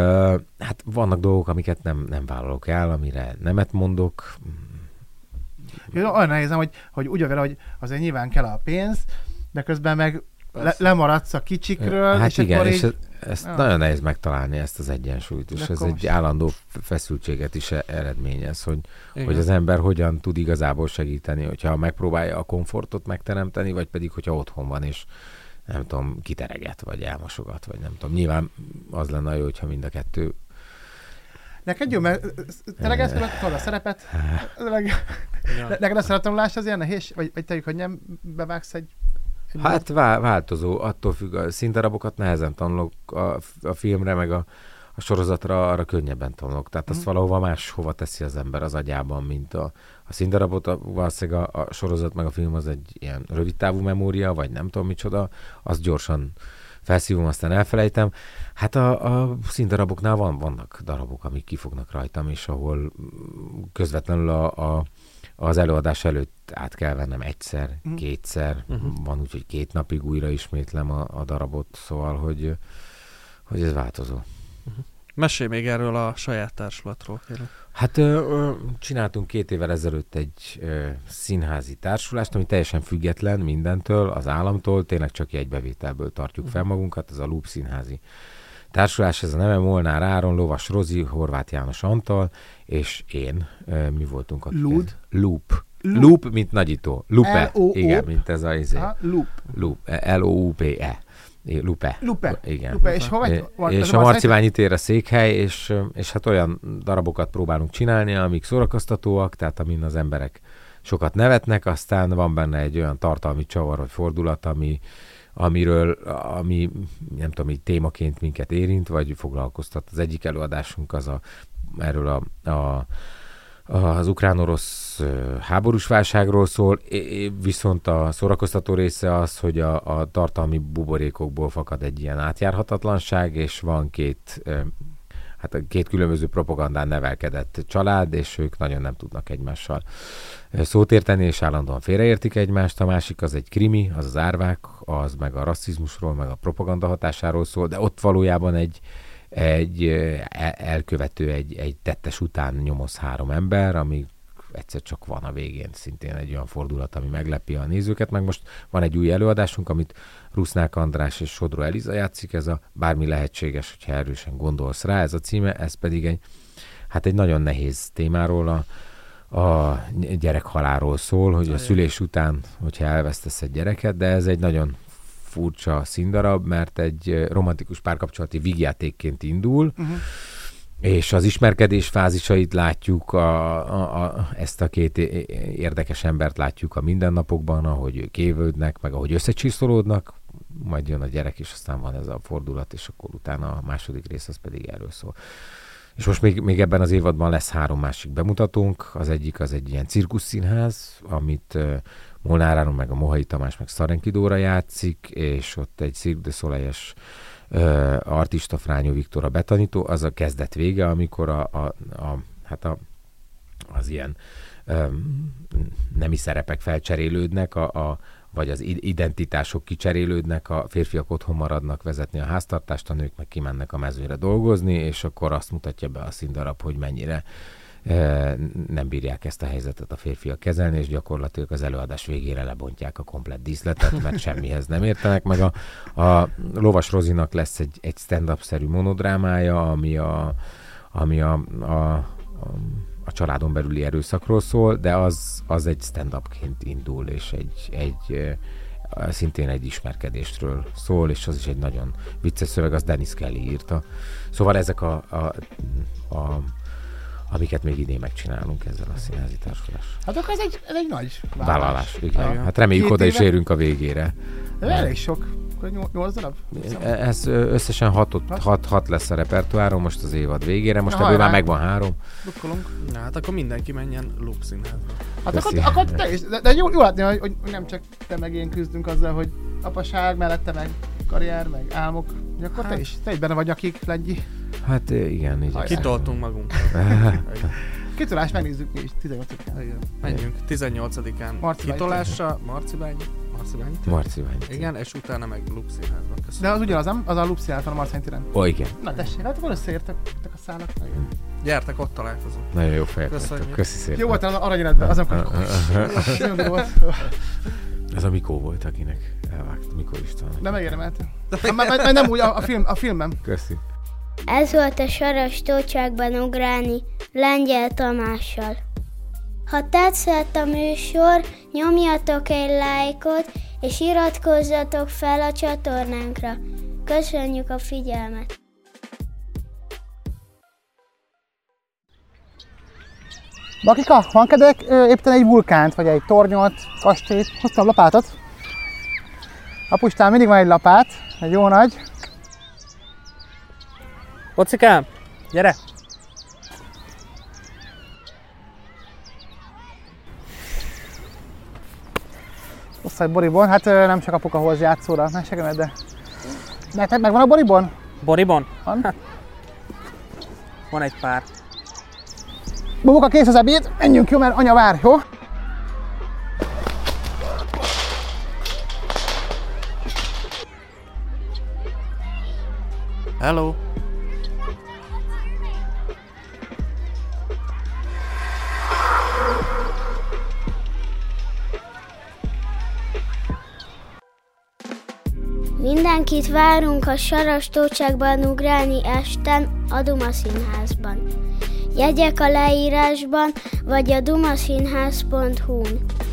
Hát vannak dolgok, amiket nem vállalok el, amire nemet mondok. Olyan nehézem, hogy úgy vele, hogy azért nyilván kell a pénz, de közben meg lemaradsz a kicsikről, hát és igen, akkor és így... ezt nagyon nehéz megtalálni, ezt az egyensúlyt, és ez egy állandó feszültséget is eredményez, hogy az ember hogyan tud igazából segíteni, hogyha megpróbálja a komfortot megteremteni, vagy pedig, hogyha otthon van, és nem tudom, kitereget, vagy elmosogat, vagy nem tudom. Nyilván az lenne jó, hogyha mind a kettő. Neked jó, mert teregetsz, tudod a szerepet, neked a szereptanulás az ilyen nehéz, vagy tegyük, hogy nem bevágsz egy... Hát változó, attól függ, a színdarabokat nehezen tanulok, a filmre, meg a sorozatra arra könnyebben tanulok. Tehát azt valahova máshova teszi az ember az agyában, mint a színdarabot. Valószínűleg a sorozat meg a film az egy ilyen rövidtávú memória, vagy nem tudom micsoda, azt gyorsan felszívom, aztán elfelejtem. Hát a színdaraboknál vannak darabok, amik kifognak rajtam, és ahol közvetlenül az előadás előtt át kell vennem egyszer, kétszer, van úgy, hogy 2 napig újra ismétlem a darabot, szóval, hogy ez változó. Mesélj még erről a saját társulatról, kérlek. Hát csináltunk 2 évvel ezelőtt egy színházi társulást, ami teljesen független mindentől, az államtól, tényleg csak jegybevételből tartjuk fel magunkat, ez a Loop színházi társulás, ez a neve, Molnár Áron, Lovas Rozi, Horváth János Antal, és én, mi voltunk akik... Loop, mint nagyító. Lupe. Igen, mint ez a izé. Loop. L-O-U-P-E. Lupe. Igen. Lupe. És hova és a Marciványi tér a székhely, és hát olyan darabokat próbálunk csinálni, amik szórakoztatóak, tehát amin az emberek sokat nevetnek, aztán van benne egy olyan tartalmi csavar vagy fordulat, ami nem tudom, így témaként minket érint, vagy foglalkoztat. Az egyik előadásunk az erről az ukrán-orosz háborús válságról szól, viszont a szórakoztató része az, hogy a tartalmi buborékokból fakad egy ilyen átjárhatatlanság, és van két különböző propagandán nevelkedett család, és ők nagyon nem tudnak egymással szót érteni, és állandóan félreértik egymást. A másik az egy krimi, az árvák, az meg a rasszizmusról, meg a propaganda hatásáról szól, de ott valójában egy elkövető, egy tettes után nyomoz 3 ember, ami egyszer csak van a végén szintén egy olyan fordulat, ami meglepi a nézőket. Meg most van egy új előadásunk, amit Rusznák András és Sodró Eliza játszik, ez a Bármi lehetséges, hogyha erősen gondolsz rá, ez a címe, ez pedig egy nagyon nehéz témáról, a gyerekhalálról szól, hogy a szülés után, hogyha elvesztesz egy gyereket, de ez egy nagyon furcsa színdarab, mert egy romantikus párkapcsolati vígjátékként indul, és az ismerkedés fázisait látjuk, ezt a 2 érdekes embert látjuk a mindennapokban, ahogy ők évődnek, meg ahogy összecsiszolódnak, majd jön a gyerek, és aztán van ez a fordulat, és akkor utána a második rész az pedig erről szól. És most még ebben az évadban lesz 3 másik bemutatónk, az egyik az egy ilyen cirkusszínház, amit Molnár Áron, meg a Mohai Tamás, meg Szarenki Dóra játszik, és ott egy Cirque du Soleil-es artista, Frányó Viktor a betanító, az a kezdet vége, amikor az ilyen nemi szerepek felcserélődnek, vagy az identitások kicserélődnek, a férfiak otthon maradnak vezetni a háztartást, a nők meg kimennek a mezőre dolgozni, és akkor azt mutatja be a színdarab, hogy mennyire nem bírják ezt a helyzetet a férfiak kezelni, és gyakorlatilag az előadás végére lebontják a komplett díszletet, mert semmihez nem értenek, meg a Lovas Rozinak lesz egy stand-up-szerű monodrámája, ami a családon belüli erőszakról szól, de az egy stand-upként indul, és szintén egy ismerkedésről szól, és az is egy nagyon vicces szöveg, az Dennis Kelly írta. Szóval ezek amiket még idén megcsinálunk ezzel a színházi társulással. Hát akkor ez egy nagy vállalás. Igen. Hát reméljük oda is érünk a végére. Ez elég sok. 8 darab? Ez összesen 6 lesz a repertoáron most az évad végére. Most ebből már megvan 3. Dukkolunk. Hát akkor mindenki menjen Loop színházba. Hát akkor te is. De jó látni, hogy nem csak te meg én küzdünk azzal, hogy apaság, mellette meg karrier, meg álmok. Akkor te is benne vagy, akik Lengyi. Hát igen, így. Kitoltunk magunkat. Kitolás megnézzük mi is 18-án. Menjünk 18-án kitolásra, Marciványi. Igen, és utána meg Loop színházban. De az ugyanaz, nem? Az a Loop színház van a Marciványi téren. Ó, igen. Na tessék, hát akkor összeértek a szálak. Gyertek, ott találkozunk. Nagyon jó fejek Köszönjük. voltak. Köszi szépen. Jó volt az aranyéletben, az amikor... Ez a Mikó volt, akinek elvágta. Mikó István. De megérdemelte. Mert nem úgy a filmben. Köszi. Ez volt a Saras tócsákban ugrálni Lengyel Tamással. Ha tetszett a műsor, nyomjatok egy lájkot, és iratkozzatok fel a csatornánkra. Köszönjük a figyelmet! Bakika, van kedvek építeni egy vulkánt, vagy egy tornyot, kastélyt? Hoztam lapátot. Apustán mindig van egy lapát, egy jó nagy. Pocikám, gyere! Hosszá egy boribon, hát nem csak apuka hoz játszóra, ne segíted, de... Neked megvan a boribon? Boribon? Van? Van egy pár. Bubuka, kész az ebéd, menjünk, jó, mert anya vár, jó? Hello! Mindenkit várunk a Saras tócsákban ugrálni esten a Duma Színházban. Jegyek a leírásban, vagy a dumaszínház.hu-n.